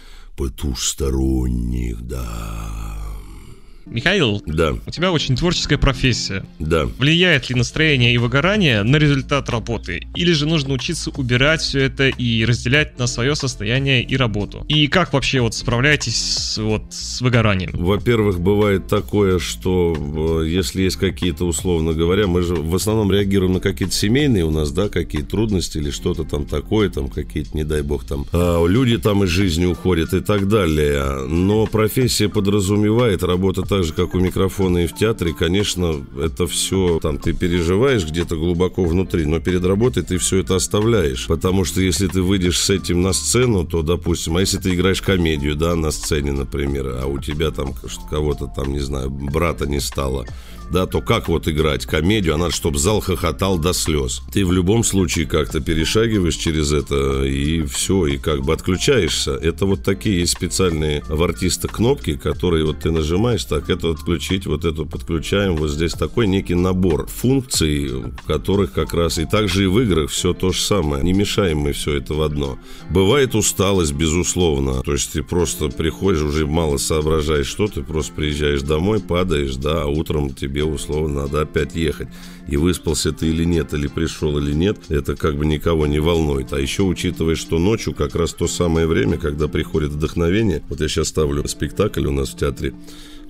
потусторонних, да. Михаил, да. у тебя очень творческая профессия. Да. Влияет ли настроение и выгорание на результат работы? Или же нужно учиться убирать все это и разделять на свое состояние и работу? И как вообще вот справляетесь с, вот, с выгоранием? Во-первых, бывает такое, что если есть какие-то, условно говоря, мы же в основном реагируем на какие-то семейные у нас, да, какие трудности или что-то там такое, там какие-то, не дай бог, там люди там из жизни уходят и так далее. Но профессия подразумевает, работа так же, как у микрофона и в театре, конечно, это все, там, ты переживаешь где-то глубоко внутри, но перед работой ты все это оставляешь, потому что если ты выйдешь с этим на сцену, то, допустим, а если ты играешь комедию, да, на сцене, например, а у тебя там кого-то там, не знаю, брата не стало, да, то как вот играть комедию, а надо, чтобы зал хохотал до слез. Ты в любом случае как-то перешагиваешь через это, и все, и как бы отключаешься. Это вот такие есть специальные в артиста кнопки, которые вот ты нажимаешь, так, это отключить, вот эту подключаем, вот здесь такой некий набор функций, которых как раз и также и в играх все то же самое. Не мешаем мы все это в одно. Бывает усталость, безусловно, то есть ты просто приходишь, уже мало соображаешь, что ты просто приезжаешь домой, падаешь, да, а утром тебе условно надо опять ехать. И выспался ты или нет, или пришел или нет, это как бы никого не волнует. А еще учитывая, что ночью как раз то самое время, когда приходит вдохновение. Вот я сейчас ставлю спектакль у нас в театре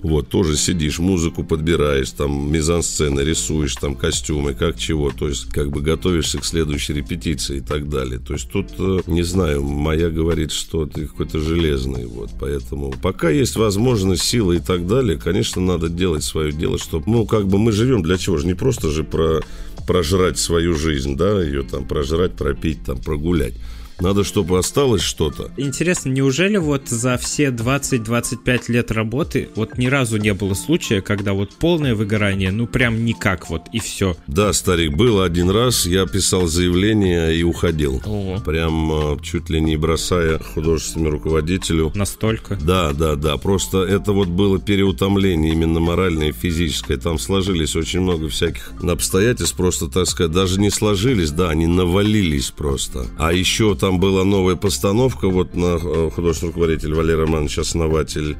Вот, тоже сидишь, музыку подбираешь, там, мизансцены, рисуешь, там, костюмы, как чего. То есть, как бы готовишься к следующей репетиции и так далее. То есть, тут, не знаю, моя говорит, что ты какой-то железный, вот. Поэтому, пока есть возможность, силы и так далее, конечно, надо делать свое дело, чтобы, ну, как бы мы живем для чего же? Не просто же про, прожрать свою жизнь, да, ее там прожрать, пропить, там, прогулять. Надо, чтобы осталось что-то. Интересно, неужели вот за все двадцать-двадцать пять лет работы вот ни разу не было случая, когда вот полное выгорание, ну прям никак вот и все? Да, старик, было один раз, я писал заявление и уходил. О. Прям чуть ли не бросая художественному руководителю. Настолько? Да, да, да, просто это вот было переутомление именно моральное и физическое. Там сложились очень много всяких обстоятельств, просто, так сказать, даже не сложились, да, они навалились просто. А еще там была новая постановка, вот на художественный руководитель Валерий Романович, основатель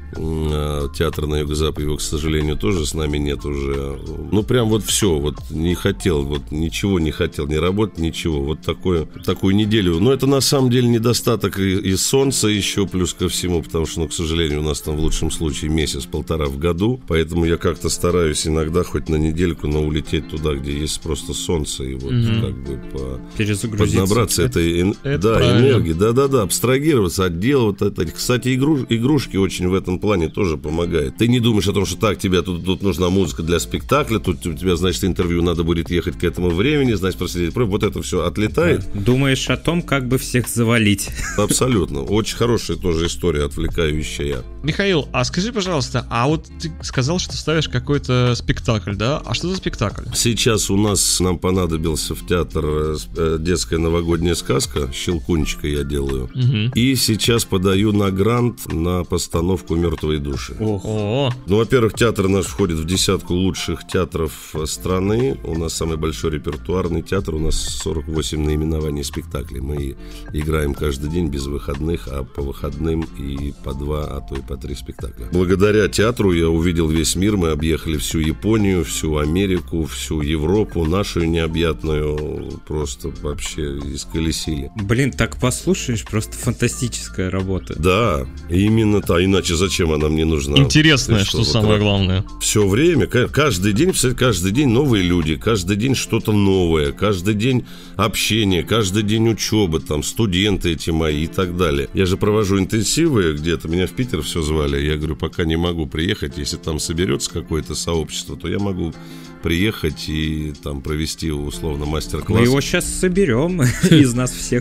театра на Юго-Западе, его, к сожалению, тоже с нами нет уже. Ну, прям вот все, вот не хотел, вот ничего не хотел, не работать, ничего. Вот такое, такую неделю. Но это на самом деле недостаток и, и солнца еще, плюс ко всему, потому что, ну, к сожалению, у нас там в лучшем случае месяц-полтора в году, поэтому я как-то стараюсь иногда хоть на недельку, но улететь туда, где есть просто солнце, и вот mm-hmm. как бы по... поднабраться это, этой это да, правильно. энергии, да-да-да, абстрагироваться от дела вот это. Кстати, игруш, игрушки очень в этом плане тоже помогает. Ты не думаешь о том, что так, тебе тут, тут нужна музыка для спектакля, тут у тебя, значит, интервью надо будет ехать к этому времени, значит, просидеть. Вот это все отлетает. Да. Думаешь о том, как бы всех завалить. Абсолютно. Очень хорошая тоже история, отвлекающая. Михаил, а скажи, пожалуйста, а вот ты сказал, что ставишь какой-то спектакль, да? А что за спектакль? Сейчас у нас, нам понадобился в театр детская новогодняя сказка, «Щелкунчика» я делаю. Угу. И сейчас подаю на грант на постановку «Мертвые души». Ого. Ну, во-первых, театр наш входит в десятку лучших театров страны. У нас самый большой репертуарный театр. У нас сорок восемь наименований спектаклей. Мы играем каждый день без выходных, а по выходным и по два, а то и по три спектакля. Благодаря театру я увидел весь мир. Мы объехали всю Японию, всю Америку, всю Европу, нашу необъятную, просто вообще исколесили. Блин, так послушаешь, просто фантастическая работа. Да, именно та. Иначе зачем она мне нужна? Интересное, что, что вот самое главное. Все время, каждый день, каждый день новые люди, каждый день что-то новое, каждый день общение, каждый день учеба, там, студенты эти мои и так далее. Я же провожу интенсивы где-то, меня в Питер все звали, я говорю, пока не могу приехать, если там соберется какое-то сообщество, то я могу приехать и там провести условно мастер-класс. Мы его сейчас соберем из нас всех.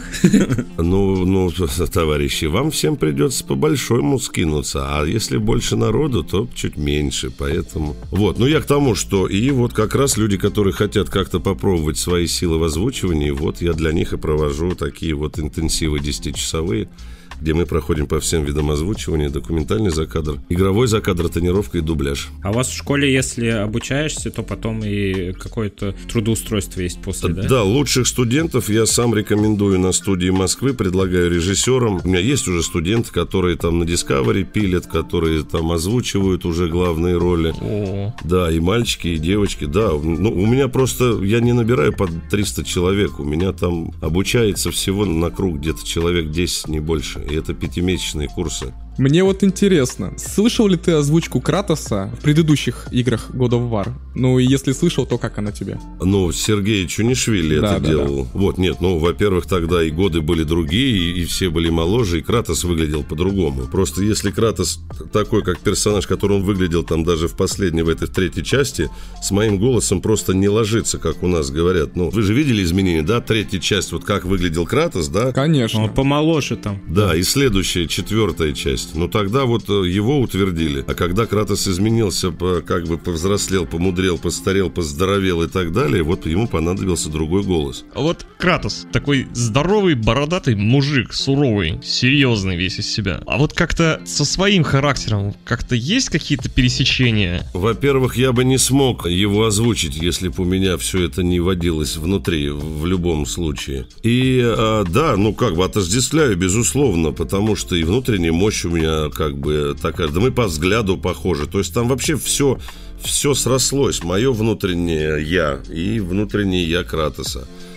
Ну, ну, товарищи, вам всем придется по-большому скинуться, а если больше народу, то чуть меньше, поэтому... Вот, ну я к тому, что и вот как раз люди, которые хотят как-то попробовать свои силы в озвучивании, вот я для них и провожу такие вот интенсивы десятичасовые, где мы проходим по всем видам озвучивания, документальный закадр, игровой закадр, тонировка и дубляж. А у вас в школе, если обучаешься, то потом и какое-то трудоустройство есть после, да? Да, лучших студентов я сам рекомендую на студии Москвы, предлагаю режиссерам. У меня есть уже студенты, которые там на Discovery пилят, которые там озвучивают уже главные роли. О. Да, и мальчики, и девочки, да. Ну, у меня просто, я не набираю под триста человек, у меня там обучается всего на круг где-то человек десять, не больше. И это пятимесячные курсы. Мне вот интересно, слышал ли ты озвучку Кратоса в предыдущих играх God of War? Ну, и если слышал, то как она тебе? Ну, Сергей Чунишвили да, это да, делал. Да. Вот, нет, ну, во-первых, тогда и годы были другие, и, и все были моложе, и Кратос выглядел по-другому. Просто если Кратос такой, как персонаж, который он выглядел там даже в последней, в этой в третьей части, с моим голосом просто не ложится, как у нас говорят. Ну, вы же видели изменения, да? Третья часть, вот как выглядел Кратос, да? Конечно. Он помоложе там. Да, и следующая, четвертая часть. Ну, тогда вот его утвердили. А когда Кратос изменился, как бы повзрослел, помудрел, постарел, поздоровел и так далее, вот ему понадобился другой голос. А вот Кратос, такой здоровый, бородатый мужик, суровый, серьезный весь из себя. А вот как-то со своим характером как-то есть какие-то пересечения? Во-первых, я бы не смог его озвучить, если бы у меня все это не водилось внутри, в любом случае. И а, да, ну как бы отождествляю, безусловно, потому что и внутренняя мощь у меня как бы такая, да мы по взгляду похожи. То есть там вообще все, все срослось. Мое внутреннее я и внутреннее я Кратоса.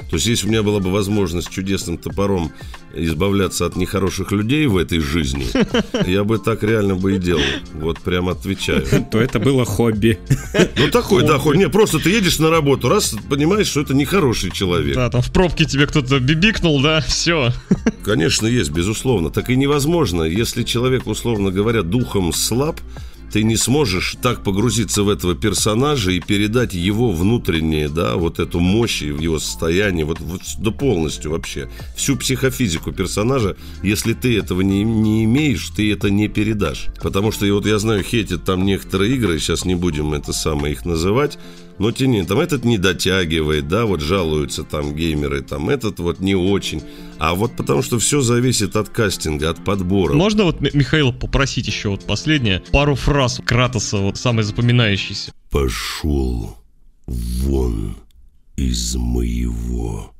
То есть, если у меня была бы возможность чудесным топором избавляться от нехороших людей в этой жизни, я бы так реально бы и делал. Вот прям отвечаю. То это было хобби. Ну, такой, да, хобби. Не, просто ты едешь на работу, раз понимаешь, что это нехороший человек. Да, там в пробке тебе кто-то бибикнул, да, все. Конечно, есть, безусловно. Так и невозможно, если человек, условно говоря, духом слаб, ты не сможешь так погрузиться в этого персонажа и передать его внутреннее, да, вот эту мощь, его состояние, вот, вот да полностью вообще, всю психофизику персонажа, если ты этого не, не имеешь, ты это не передашь. Потому что, и вот я знаю, хейтят там некоторые игры, сейчас не будем это самое их называть, но тем не менее, там этот не дотягивает, да, вот жалуются там геймеры, там этот вот не очень. А вот потому что все зависит от кастинга, от подбора. Можно вот Михаила попросить еще вот последнее, пару фраз Кратоса, вот самые запоминающиеся. Пошел вон из моего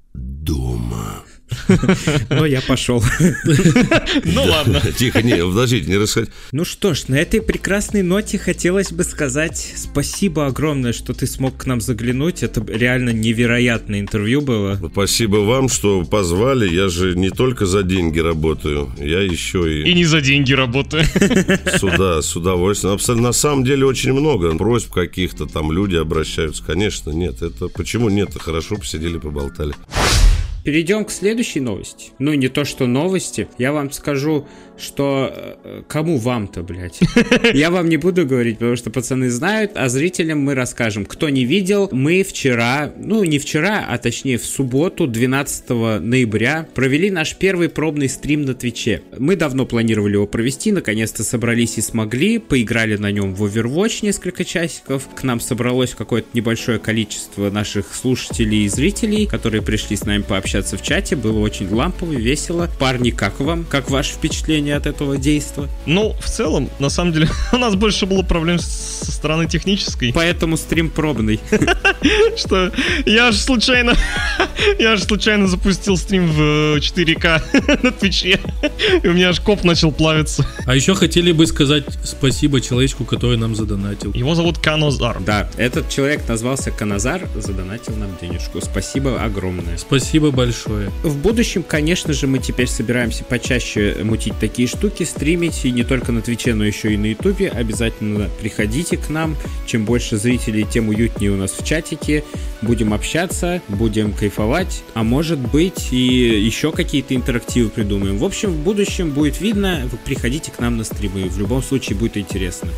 дома. Но я пошел. Ну ладно. Тихо, не, подождите, не расходите. Ну что ж, на этой прекрасной ноте хотелось бы сказать спасибо огромное, что ты смог к нам заглянуть. Это реально невероятное интервью было. Спасибо вам, что позвали. Я же не только за деньги работаю, я еще и... И не за деньги работаю. Сюда, с удовольствием. Абсолютно, на самом деле очень много просьб каких-то, там люди обращаются. Конечно, нет, это... Почему нет? Хорошо посидели, поболтали. Перейдем к следующей новости. Ну, не то, что новости. Я вам скажу, что... Кому вам-то, блядь? Я вам не буду говорить, потому что пацаны знают, а зрителям мы расскажем. Кто не видел, мы вчера, ну, не вчера, а точнее в субботу, двенадцатого ноября, провели наш первый пробный стрим на Твиче. Мы давно планировали его провести, наконец-то собрались и смогли, поиграли на нем в Overwatch несколько часиков. К нам собралось какое-то небольшое количество наших слушателей и зрителей, которые пришли с нами пообщаться в чате. Было очень лампово, весело. Парни, как вам? Как ваше впечатление от этого действа? Ну, в целом, на самом деле, у нас больше было проблем со стороны технической. Поэтому стрим пробный. Что я же случайно я же случайно запустил стрим в четыре ка на Твиче, и у меня аж комп начал плавиться. А еще хотели бы сказать спасибо человечку, который нам задонатил. Его зовут Канозар. Да, этот человек назвался Канозар, задонатил нам денежку. Спасибо огромное. Спасибо большое. В будущем, конечно же, мы теперь собираемся почаще мутить такие штуки, стримить, и не только на Твиче, но еще и на Ютубе. Обязательно приходите к нам. Чем больше зрителей, тем уютнее у нас в чатике. Будем общаться, будем кайфовать, а может быть и еще какие-то интерактивы придумаем. В общем, в будущем будет видно. Вы приходите к нам на стримы. В любом случае будет интересно.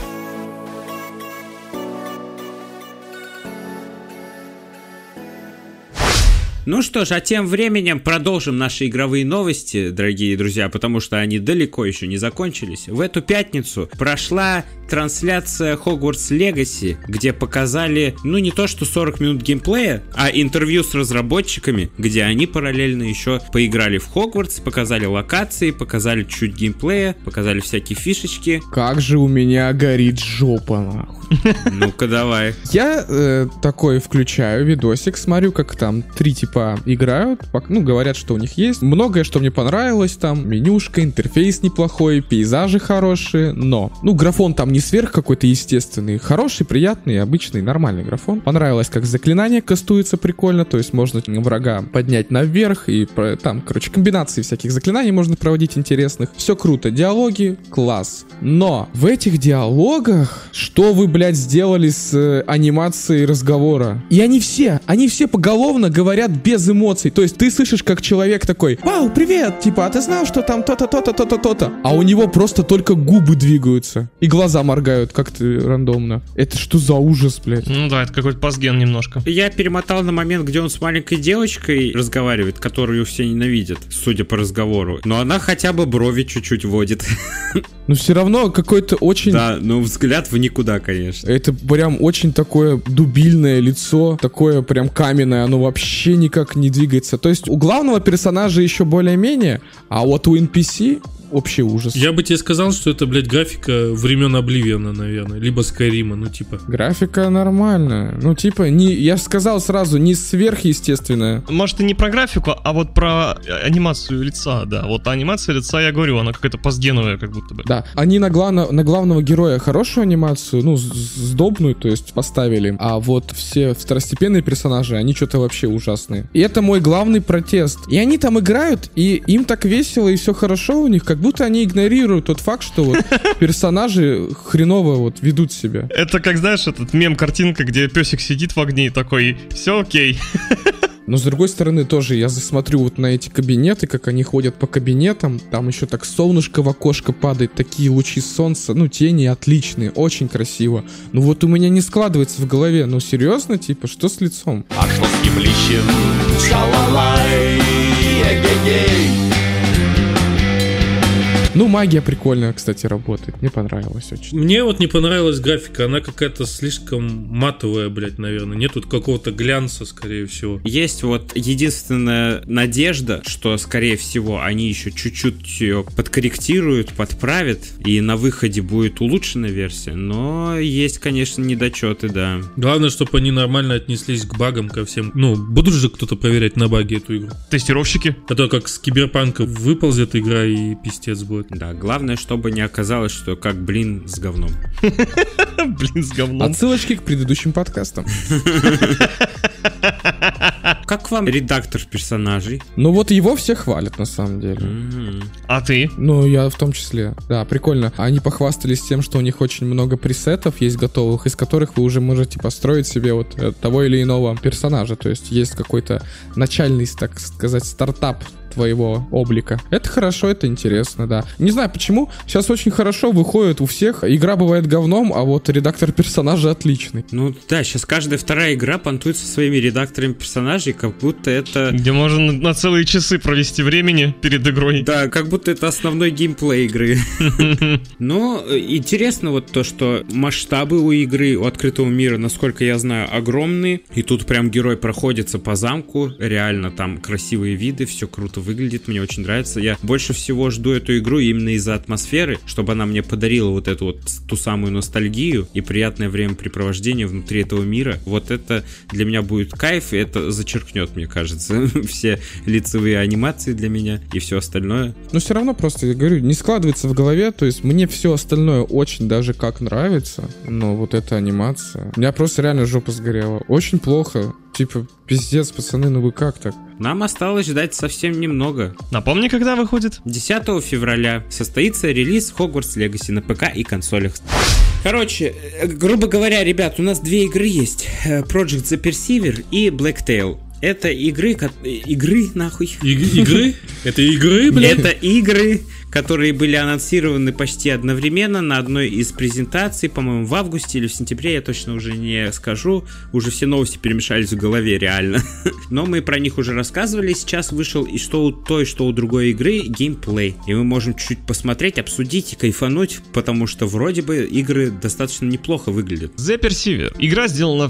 Ну что ж, а тем временем продолжим наши игровые новости, дорогие друзья, потому что они далеко еще не закончились. В эту пятницу прошла трансляция Hogwarts Legacy, где показали, ну не то что сорок минут геймплея, а интервью с разработчиками, где они параллельно еще поиграли в Hogwarts, показали локации, показали чуть геймплея, показали всякие фишечки. Как же у меня горит жопа, нахуй. Ну-ка давай. Я э, такой включаю видосик, смотрю, как там три типа играют, ну, говорят, что у них есть. Многое, что мне понравилось, там, менюшка, интерфейс неплохой, пейзажи хорошие, но, ну, графон там не сверх какой-то естественный, хороший, приятный, обычный, нормальный графон. Понравилось, как заклинание кастуется прикольно, то есть можно врага поднять наверх, и там, короче, комбинации всяких заклинаний можно проводить интересных. Все круто, диалоги, класс. Но в этих диалогах, что вы, блядь, сделали с э, анимацией разговора? И они все, они все поголовно говорят без эмоций. То есть ты слышишь, как человек такой: «Вау, привет!» Типа, а ты знал, что там то-то, то-то, то-то, то-то? А у него просто только губы двигаются. И глаза моргают как-то рандомно. Это что за ужас, блядь? Ну да, это какой-то пасген немножко. Я перемотал на момент, где он с маленькой девочкой разговаривает, которую все ненавидят, судя по разговору. Но она хотя бы брови чуть-чуть водит. Но все равно какой-то очень... Да, ну взгляд в никуда, конечно. Это прям очень такое дубильное лицо, такое прям каменное, оно вообще никак не двигается. То есть у главного персонажа еще более-менее, а вот у эн пи си общий ужас. Я бы тебе сказал, что это, блядь, графика времен Обливиона, наверное, либо Скайрима, ну типа. Графика нормальная, ну типа, не, я сказал сразу, не сверхъестественная. Может, и не про графику, а вот про анимацию лица, да. Вот анимация лица, я говорю, она какая-то постгеновая, как будто бы. Да, они на, главно, на главного героя хорошую анимацию, ну, сдобную, то есть поставили, а вот все второстепенные персонажи, они что-то вообще ужасные. И это мой главный протест. И они там играют, и им так весело, и все хорошо у них, как будто они игнорируют тот факт, что вот персонажи хреново вот ведут себя. Это как, знаешь, этот мем-картинка, где песик сидит в огне и такой, все окей. Но, с другой стороны, тоже я засмотрю вот на эти кабинеты, как они ходят по кабинетам, там еще так солнышко в окошко падает, такие лучи солнца, ну, тени отличные, очень красиво. Ну, вот у меня не складывается в голове, ну, серьезно, типа, что с лицом? А что с Гимлищем? Шалалай, эгегей. Ну, магия прикольная, кстати, работает. Мне понравилось очень. Мне вот не понравилась графика. Она какая-то слишком матовая, блядь, наверное. Нет тут какого-то глянца, скорее всего. Есть вот единственная надежда, что, скорее всего, они еще чуть-чуть ее подкорректируют, подправят, и на выходе будет улучшенная версия. Но есть, конечно, недочеты, да. Главное, чтобы они нормально отнеслись к багам, ко всем. Ну, будут же кто-то проверять на баги эту игру. Тестировщики. А то как с Киберпанка выползет игра и пиздец будет. Да, главное, чтобы не оказалось, что как блин с говном. Блин с говном. Отсылочки к предыдущим подкастам. Как вам редактор персонажей? Ну вот его все хвалят, на самом деле. Mm-hmm. А ты? Ну, я в том числе. Да, прикольно. Они похвастались тем, что у них очень много пресетов есть готовых, из которых вы уже можете построить себе вот того или иного персонажа. То есть есть какой-то начальный, так сказать, стартап твоего облика. Это хорошо, это интересно, да. Не знаю почему, сейчас очень хорошо выходит у всех. Игра бывает говном, а вот редактор персонажа отличный. Ну да, сейчас каждая вторая игра понтуется своими редакторами персонажей, как будто это... Где можно на целые часы провести времени перед игрой. Да, как будто это основной геймплей игры. Но интересно вот то, что масштабы у игры, у открытого мира, насколько я знаю, огромные. И тут прям герой проходится по замку. Реально там красивые виды, все круто выглядит, мне очень нравится. Я больше всего жду эту игру именно из-за атмосферы, чтобы она мне подарила вот эту вот ту самую ностальгию и приятное времяпрепровождение внутри этого мира. Вот это для меня будет кайф, и это зачеркнет, мне кажется, все лицевые анимации для меня и все остальное. Но все равно просто, я говорю, не складывается в голове, то есть мне все остальное очень даже как нравится, но вот эта анимация, у меня просто реально жопа сгорела. Очень плохо. Типа, пиздец, пацаны, ну вы как так? Нам осталось ждать совсем немного. Напомни, когда выходит? десятого февраля состоится релиз Hogwarts Legacy на ПК и консолях. Короче, грубо говоря, ребят, у нас две игры есть. Project The Perceiver и Blacktail. Это игры, ко- игры, нахуй. И- игры? Это игры, блядь? Это игры, которые были анонсированы почти одновременно на одной из презентаций, по-моему, в августе или в сентябре, я точно уже не скажу. Уже все новости перемешались в голове, реально. Но мы про них уже рассказывали. Сейчас вышел и что у той, что у другой игры геймплей. И мы можем чуть посмотреть, обсудить и кайфануть, потому что вроде бы игры достаточно неплохо выглядят. The Perceiver. Игра сделана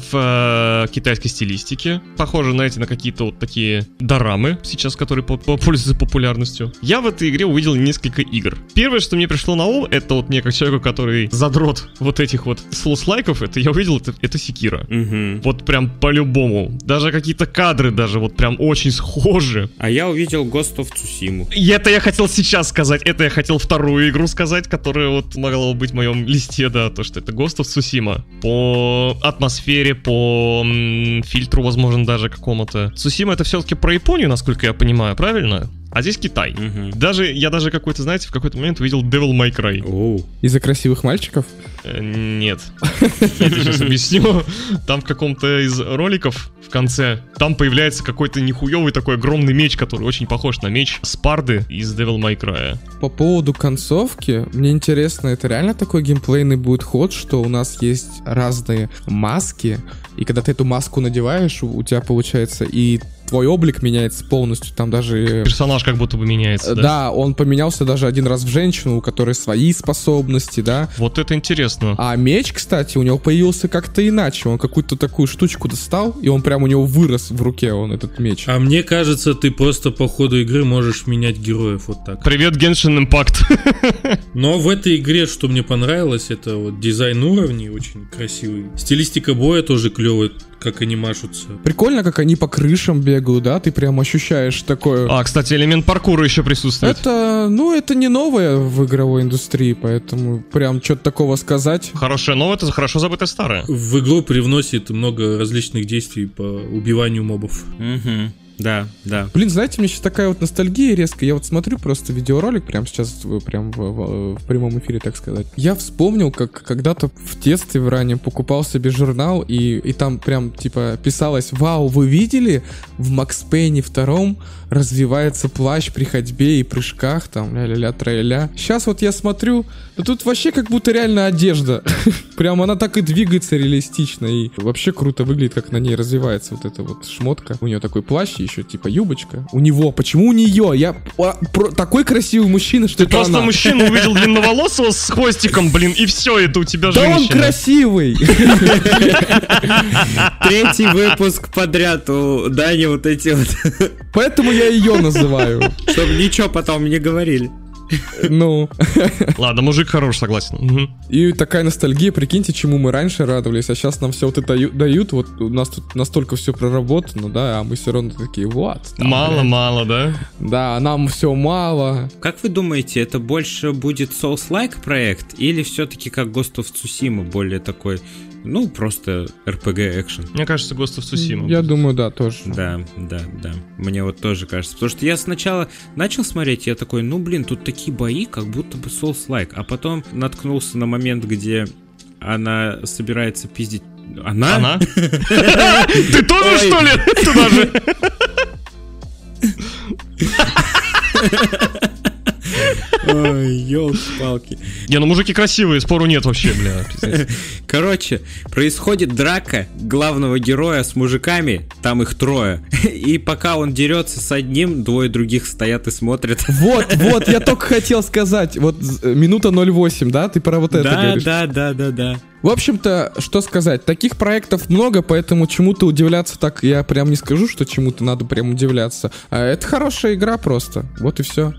в э, китайской стилистике. Похоже, знаете, на какие-то вот такие дорамы сейчас, которые по- по- пользуются популярностью. Я в этой игре увидел несколько игр. Первое, что мне пришло на ум, это вот мне, как человеку, который задрот вот этих вот слоус-лайков, это я увидел, это, это Секиро. Угу. Вот прям по-любому. Даже какие-то кадры даже вот прям очень схожи. А я увидел Ghost of Tsushima. И это я хотел сейчас сказать. Это я хотел вторую игру сказать, которая вот могла бы быть в моем листе, да, то, что это Ghost of Tsushima. По атмосфере, по м- фильтру, возможно, даже какому-то. Tsushima это все-таки про Японию, насколько я понимаю, правильно? А здесь Китай. Угу. Даже, я даже какой-то, знаете, в какой-то момент увидел Devil May Cry. Оу. Из-за красивых мальчиков? Э, нет. Я тебе сейчас объясню. Там в каком-то из роликов в конце, там появляется какой-то нихуевый такой огромный меч, который очень похож на меч Спарды из Devil May Cry. По поводу концовки, мне интересно, это реально такой геймплейный будет ход, что у нас есть разные маски, и когда ты эту маску надеваешь, у тебя получается и твой облик меняется полностью, там даже... Персонаж как будто бы меняется, да? Да, он поменялся даже один раз в женщину, у которой свои способности, да. Вот это интересно. А меч, кстати, у него появился как-то иначе. Он какую-то такую штучку достал, и он прям у него вырос в руке, он этот меч. А мне кажется, ты просто по ходу игры можешь менять героев вот так. Привет, Genshin Impact. Но в этой игре, что мне понравилось, это вот дизайн уровней очень красивый. Стилистика боя тоже клевая, как они машутся. Прикольно, как они по крышам бегают, да? Ты прям ощущаешь такое... А, кстати, элемент паркура еще присутствует. Это, ну, это не новое в игровой индустрии, поэтому прям что-то такого сказать... Хорошее новое, это хорошо забытое старое. В игру привносит много различных действий по убиванию мобов. Угу. Да, да. Блин, знаете, мне сейчас такая вот ностальгия резко. Я вот смотрю просто видеоролик прямо сейчас, прям в, в, в прямом эфире, так сказать. Я вспомнил, как когда-то в детстве в раннем покупал себе журнал, и, и там прям типа писалось: вау, вы видели? В Макс Пейне втором развивается плащ при ходьбе и прыжках, там, ля-ля-ля, тра-ля-ля. Сейчас вот я смотрю, да тут вообще как будто реально одежда. Прям она так и двигается реалистично, и вообще круто выглядит, как на ней развивается вот эта вот шмотка. У нее такой плащ, еще типа юбочка. У него, почему у нее? Я а, про, такой красивый мужчина, что Ты это просто она. мужчину увидел длинноволосого с хвостиком, блин, и все, это у тебя Да женщина. он красивый! Третий выпуск подряд у Дани вот эти вот. Поэтому я ее называю. Чтобы ничего потом не говорили. Ну. Ладно, мужик хорош, согласен. Угу. И такая ностальгия, прикиньте, чему мы раньше радовались, а сейчас нам все вот это дают, вот у нас тут настолько все проработано, да, а мы все равно такие, вот. Мало-мало, да? Да, нам все мало. Как вы думаете, это больше будет Souls-like проект или все-таки как Ghost of Tsushima, более такой, ну, просто эр пи джи-экшен? Мне кажется, Ghost of Tsushima. Я думаю, да, тоже. Да, да, да. Мне вот тоже кажется. Потому что я сначала начал смотреть, я такой, ну, блин, тут такие бои, как будто бы Souls-like. А потом наткнулся на момент, где она собирается пиздить... Она? Она? Ты тоже, что ли? Туда же. Ой, ёлки-палки. Не, ну мужики красивые, спору нет вообще, бля. Пиздец. Короче, происходит драка главного героя с мужиками, там их трое. И пока он дерется с одним, двое других стоят и смотрят. Вот, вот, я только хотел сказать, вот э, минута ноль восемь, да, ты про вот это Да, говоришь? да, да, да, да. В общем-то, что сказать, таких проектов много, поэтому чему-то удивляться так, я прям не скажу, что чему-то надо прям удивляться. А это хорошая игра просто, вот и все.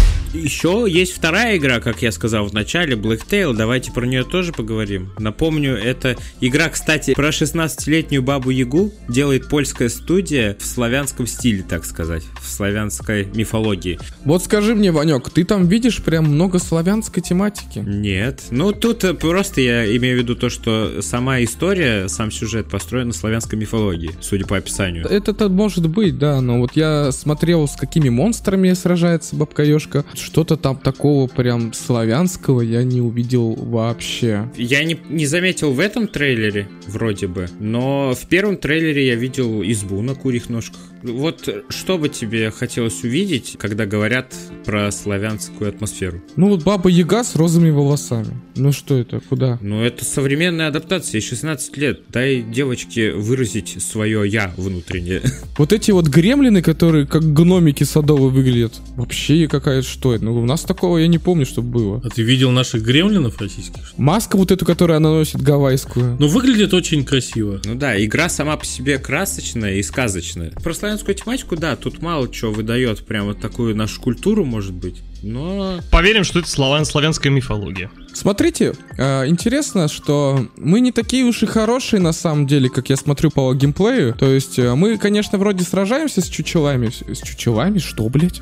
Еще есть вторая игра, как я сказал в начале, Blacktail, давайте про нее тоже поговорим. Напомню, это игра, кстати, про шестнадцатилетнюю Бабу-Ягу, делает польская студия в славянском стиле, так сказать, в славянской мифологии. Вот скажи мне, Ванек, ты там видишь прям много славянской тематики? Нет, ну тут просто я имею в виду то, что сама история, сам сюжет построен на славянской мифологии, судя по описанию. Это-то может быть, да, но вот я смотрел, с какими монстрами сражается Бабка-Ежка. Что-то там такого прям славянского я не увидел вообще. Я не, не заметил в этом трейлере, вроде бы, но в первом трейлере я видел избу на курьих ножках. Вот что бы тебе хотелось увидеть, когда говорят про славянскую атмосферу? Ну вот Баба-Яга с розовыми волосами. Ну что это, куда? Ну это современная адаптация, шестнадцать лет. Дай девочке выразить свое «я» внутреннее. Вот эти вот гремлины, которые как гномики садовые выглядят. Вообще какая-то что это? Ну у нас такого я не помню, чтобы было. А ты видел наших гремлинов российских? Маска вот эту, которую она носит, гавайскую. Ну, выглядит очень красиво. Ну да, игра сама по себе красочная и сказочная. Про славянскую тематику, да, тут мало чего выдает прям вот такую нашу культуру, может быть. Но... Поверим, что это славян, славянская мифология. Смотрите, э, интересно, что мы не такие уж и хорошие на самом деле, как я смотрю по геймплею. То есть э, мы, конечно, вроде сражаемся с чучелами. С чучелами? Что, блядь?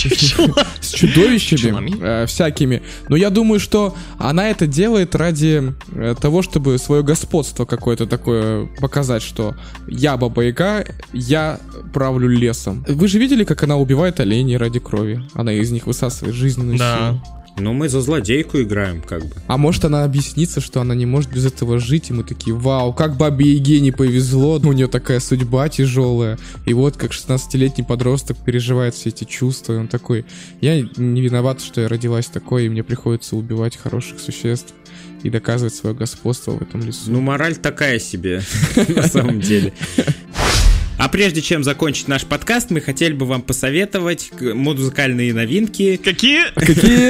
С чудовищами э, всякими. Но я думаю, что она это делает ради э, того, чтобы свое господство какое-то такое показать, что я Баба-Яга, я правлю лесом. Вы же видели, как она убивает оленей ради крови? Она из них высасывает жизненную Да. силу. Ну мы за злодейку играем, как бы. А может она объяснится, что она не может без этого жить, и мы такие, вау, как Бабе-Яге не повезло, у нее такая судьба тяжелая. И вот как шестнадцатилетний подросток переживает все эти чувства, и он такой, я не виноват, что я родилась такой, и мне приходится убивать хороших существ и доказывать свое господство в этом лесу. Ну мораль такая себе, на самом деле. А прежде чем закончить наш подкаст, мы хотели бы вам посоветовать музыкальные новинки. Какие? Какие?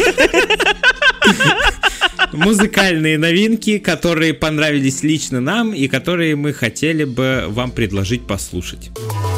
Музыкальные новинки, которые понравились лично нам и которые мы хотели бы вам предложить послушать.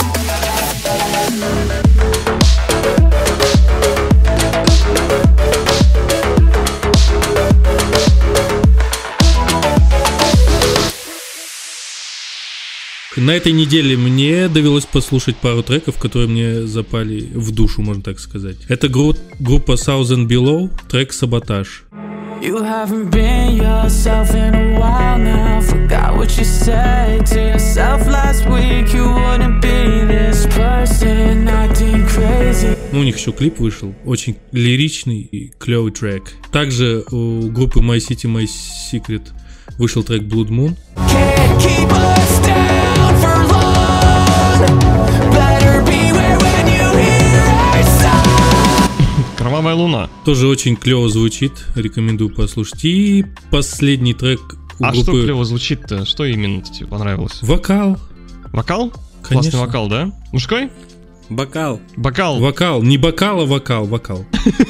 На этой неделе мне довелось послушать пару треков, которые мне запали в душу, можно так сказать. Это гру- группа Thousand Below, трек «Саботаж». You haven't been yourself in a while now. Forgot what you said to yourself last week. You wouldn't be this person acting crazy. Ну, у них еще клип вышел, очень лиричный и клевый трек. Также у группы My City, My Secret вышел трек Blood Moon. Can't keep us down for long. Better beware when you hear our song. Кровавая луна. Тоже очень клево звучит, рекомендую послушать. И последний трек у А группы... что клево звучит-то? Что именно тебе понравилось? Вокал. Вокал? Конечно. Классный вокал, да? Мужской? Бокал. Бокал. Вокал. Не бокал, а вокал. Вокал.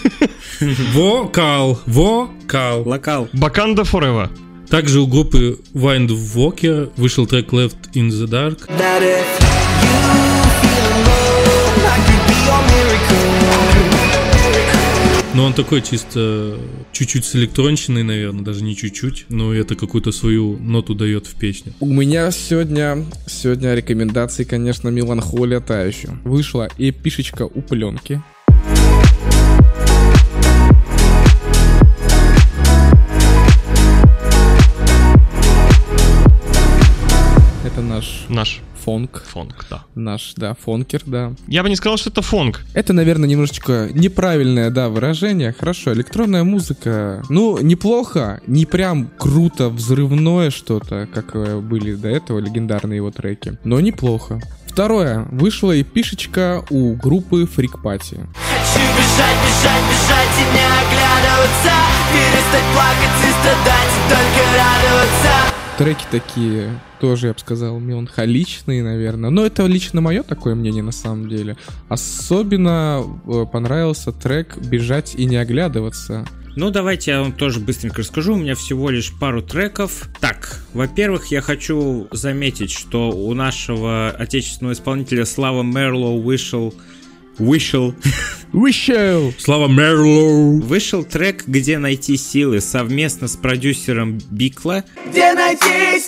Вокал. Вокал. Локал. Баканда Forever. Также у группы Wind Walker вышел трек Left in the Dark. That if you feel alone, I could be your miracle. Но он такой чисто чуть-чуть с электронщиной, наверное, даже не чуть-чуть, но это какую-то свою ноту дает в песню. У меня сегодня, сегодня рекомендации, конечно, «Меланхолия» та еще. Вышла эпишечка у пленки. Это наш Наш фонк. фонк, да. Наш, да, фонкер, да. Я бы не сказал, что это фонк. Это, наверное, немножечко неправильное, да, выражение. Хорошо, электронная музыка. Ну, неплохо, не прям круто, взрывное что-то, как э, были до этого легендарные его треки. Но неплохо. Второе. Вышла эпишечка у группы Freak Party. Хочу бежать, бежать, бежать и не оглядываться. Перестать плакать и страдать и только радоваться. Треки такие, тоже, я бы сказал, меланхоличные, наверное. Но это лично мое такое мнение на самом деле. Особенно э, понравился трек «Бежать и не оглядываться». Ну, давайте я вам тоже быстренько расскажу. У меня всего лишь пару треков. Так, во-первых, я хочу заметить, что у нашего отечественного исполнителя Слава Мерлоу вышел... Вышел... Вышел! Слава Мерлоу! Вышел трек «Где найти силы» совместно с продюсером Бикла. Где найтись?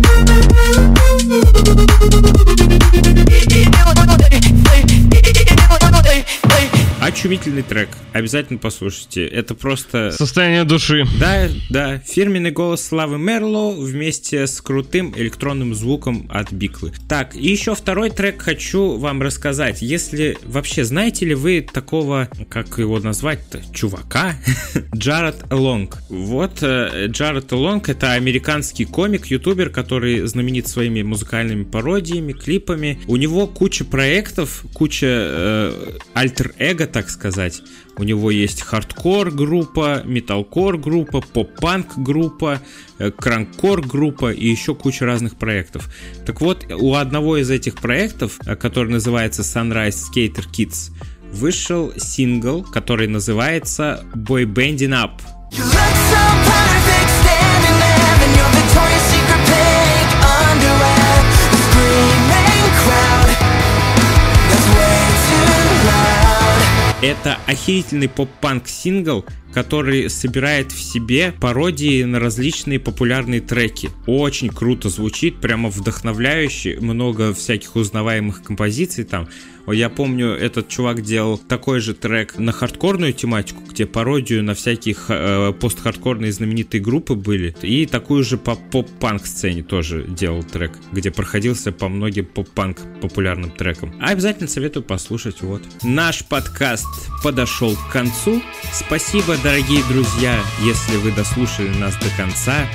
Очумительный трек. Обязательно послушайте. Это просто... Состояние души. Да, да. Фирменный голос Славы Мерлоу вместе с крутым электронным звуком от Биклы. Так, и еще второй трек хочу вам рассказать. Если вообще знаете ли вы такого, как его назвать-то, чувака? Джаред Лонг. Вот Джаред Лонг — это американский комик, ютубер, который знаменит своими музыкальными пародиями, клипами. У него куча проектов, куча э, альтер-эго, так сказать. У него есть хардкор группа, металкор группа, поп-панк группа, кранкор группа и еще куча разных проектов. Так вот, у одного из этих проектов, который называется Sunrise Skater Kids, вышел сингл, который называется Boy Banding Up. You look so perfect standing there in your Victoria's Secret pink underwear. The screaming crowd, that's way too loud. Это охерительный поп-панк сингл, который собирает в себе пародии на различные популярные треки. Очень круто звучит, прямо вдохновляюще, много всяких узнаваемых композиций там. Я помню, этот чувак делал такой же трек на хардкорную тематику, где пародию на всякие э, пост-хардкорные знаменитые группы были. И такую же по поп-панк сцене тоже делал трек, где проходился по многим поп-панк популярным трекам. А обязательно советую послушать. Вот. Наш подкаст подошел к концу. Спасибо, дорогие друзья, если вы дослушали нас до конца.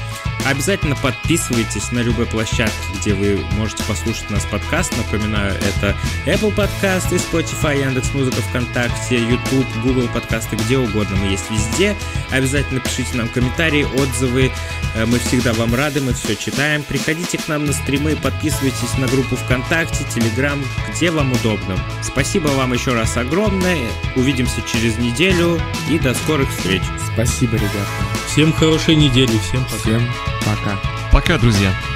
Обязательно подписывайтесь на любой площадке, где вы можете послушать нас подкаст. Напоминаю, это Apple подкасты, Spotify, Яндекс.Музыка, ВКонтакте, YouTube, Google подкасты, где угодно. Мы есть везде. Обязательно пишите нам комментарии, отзывы. Мы всегда вам рады, мы все читаем. Приходите к нам на стримы, подписывайтесь на группу ВКонтакте, Телеграм, где вам удобно. Спасибо вам еще раз огромное. Увидимся через неделю и до скорых встреч. Спасибо, ребята. Всем хорошей недели, всем пока. Всем пока. Пока, друзья.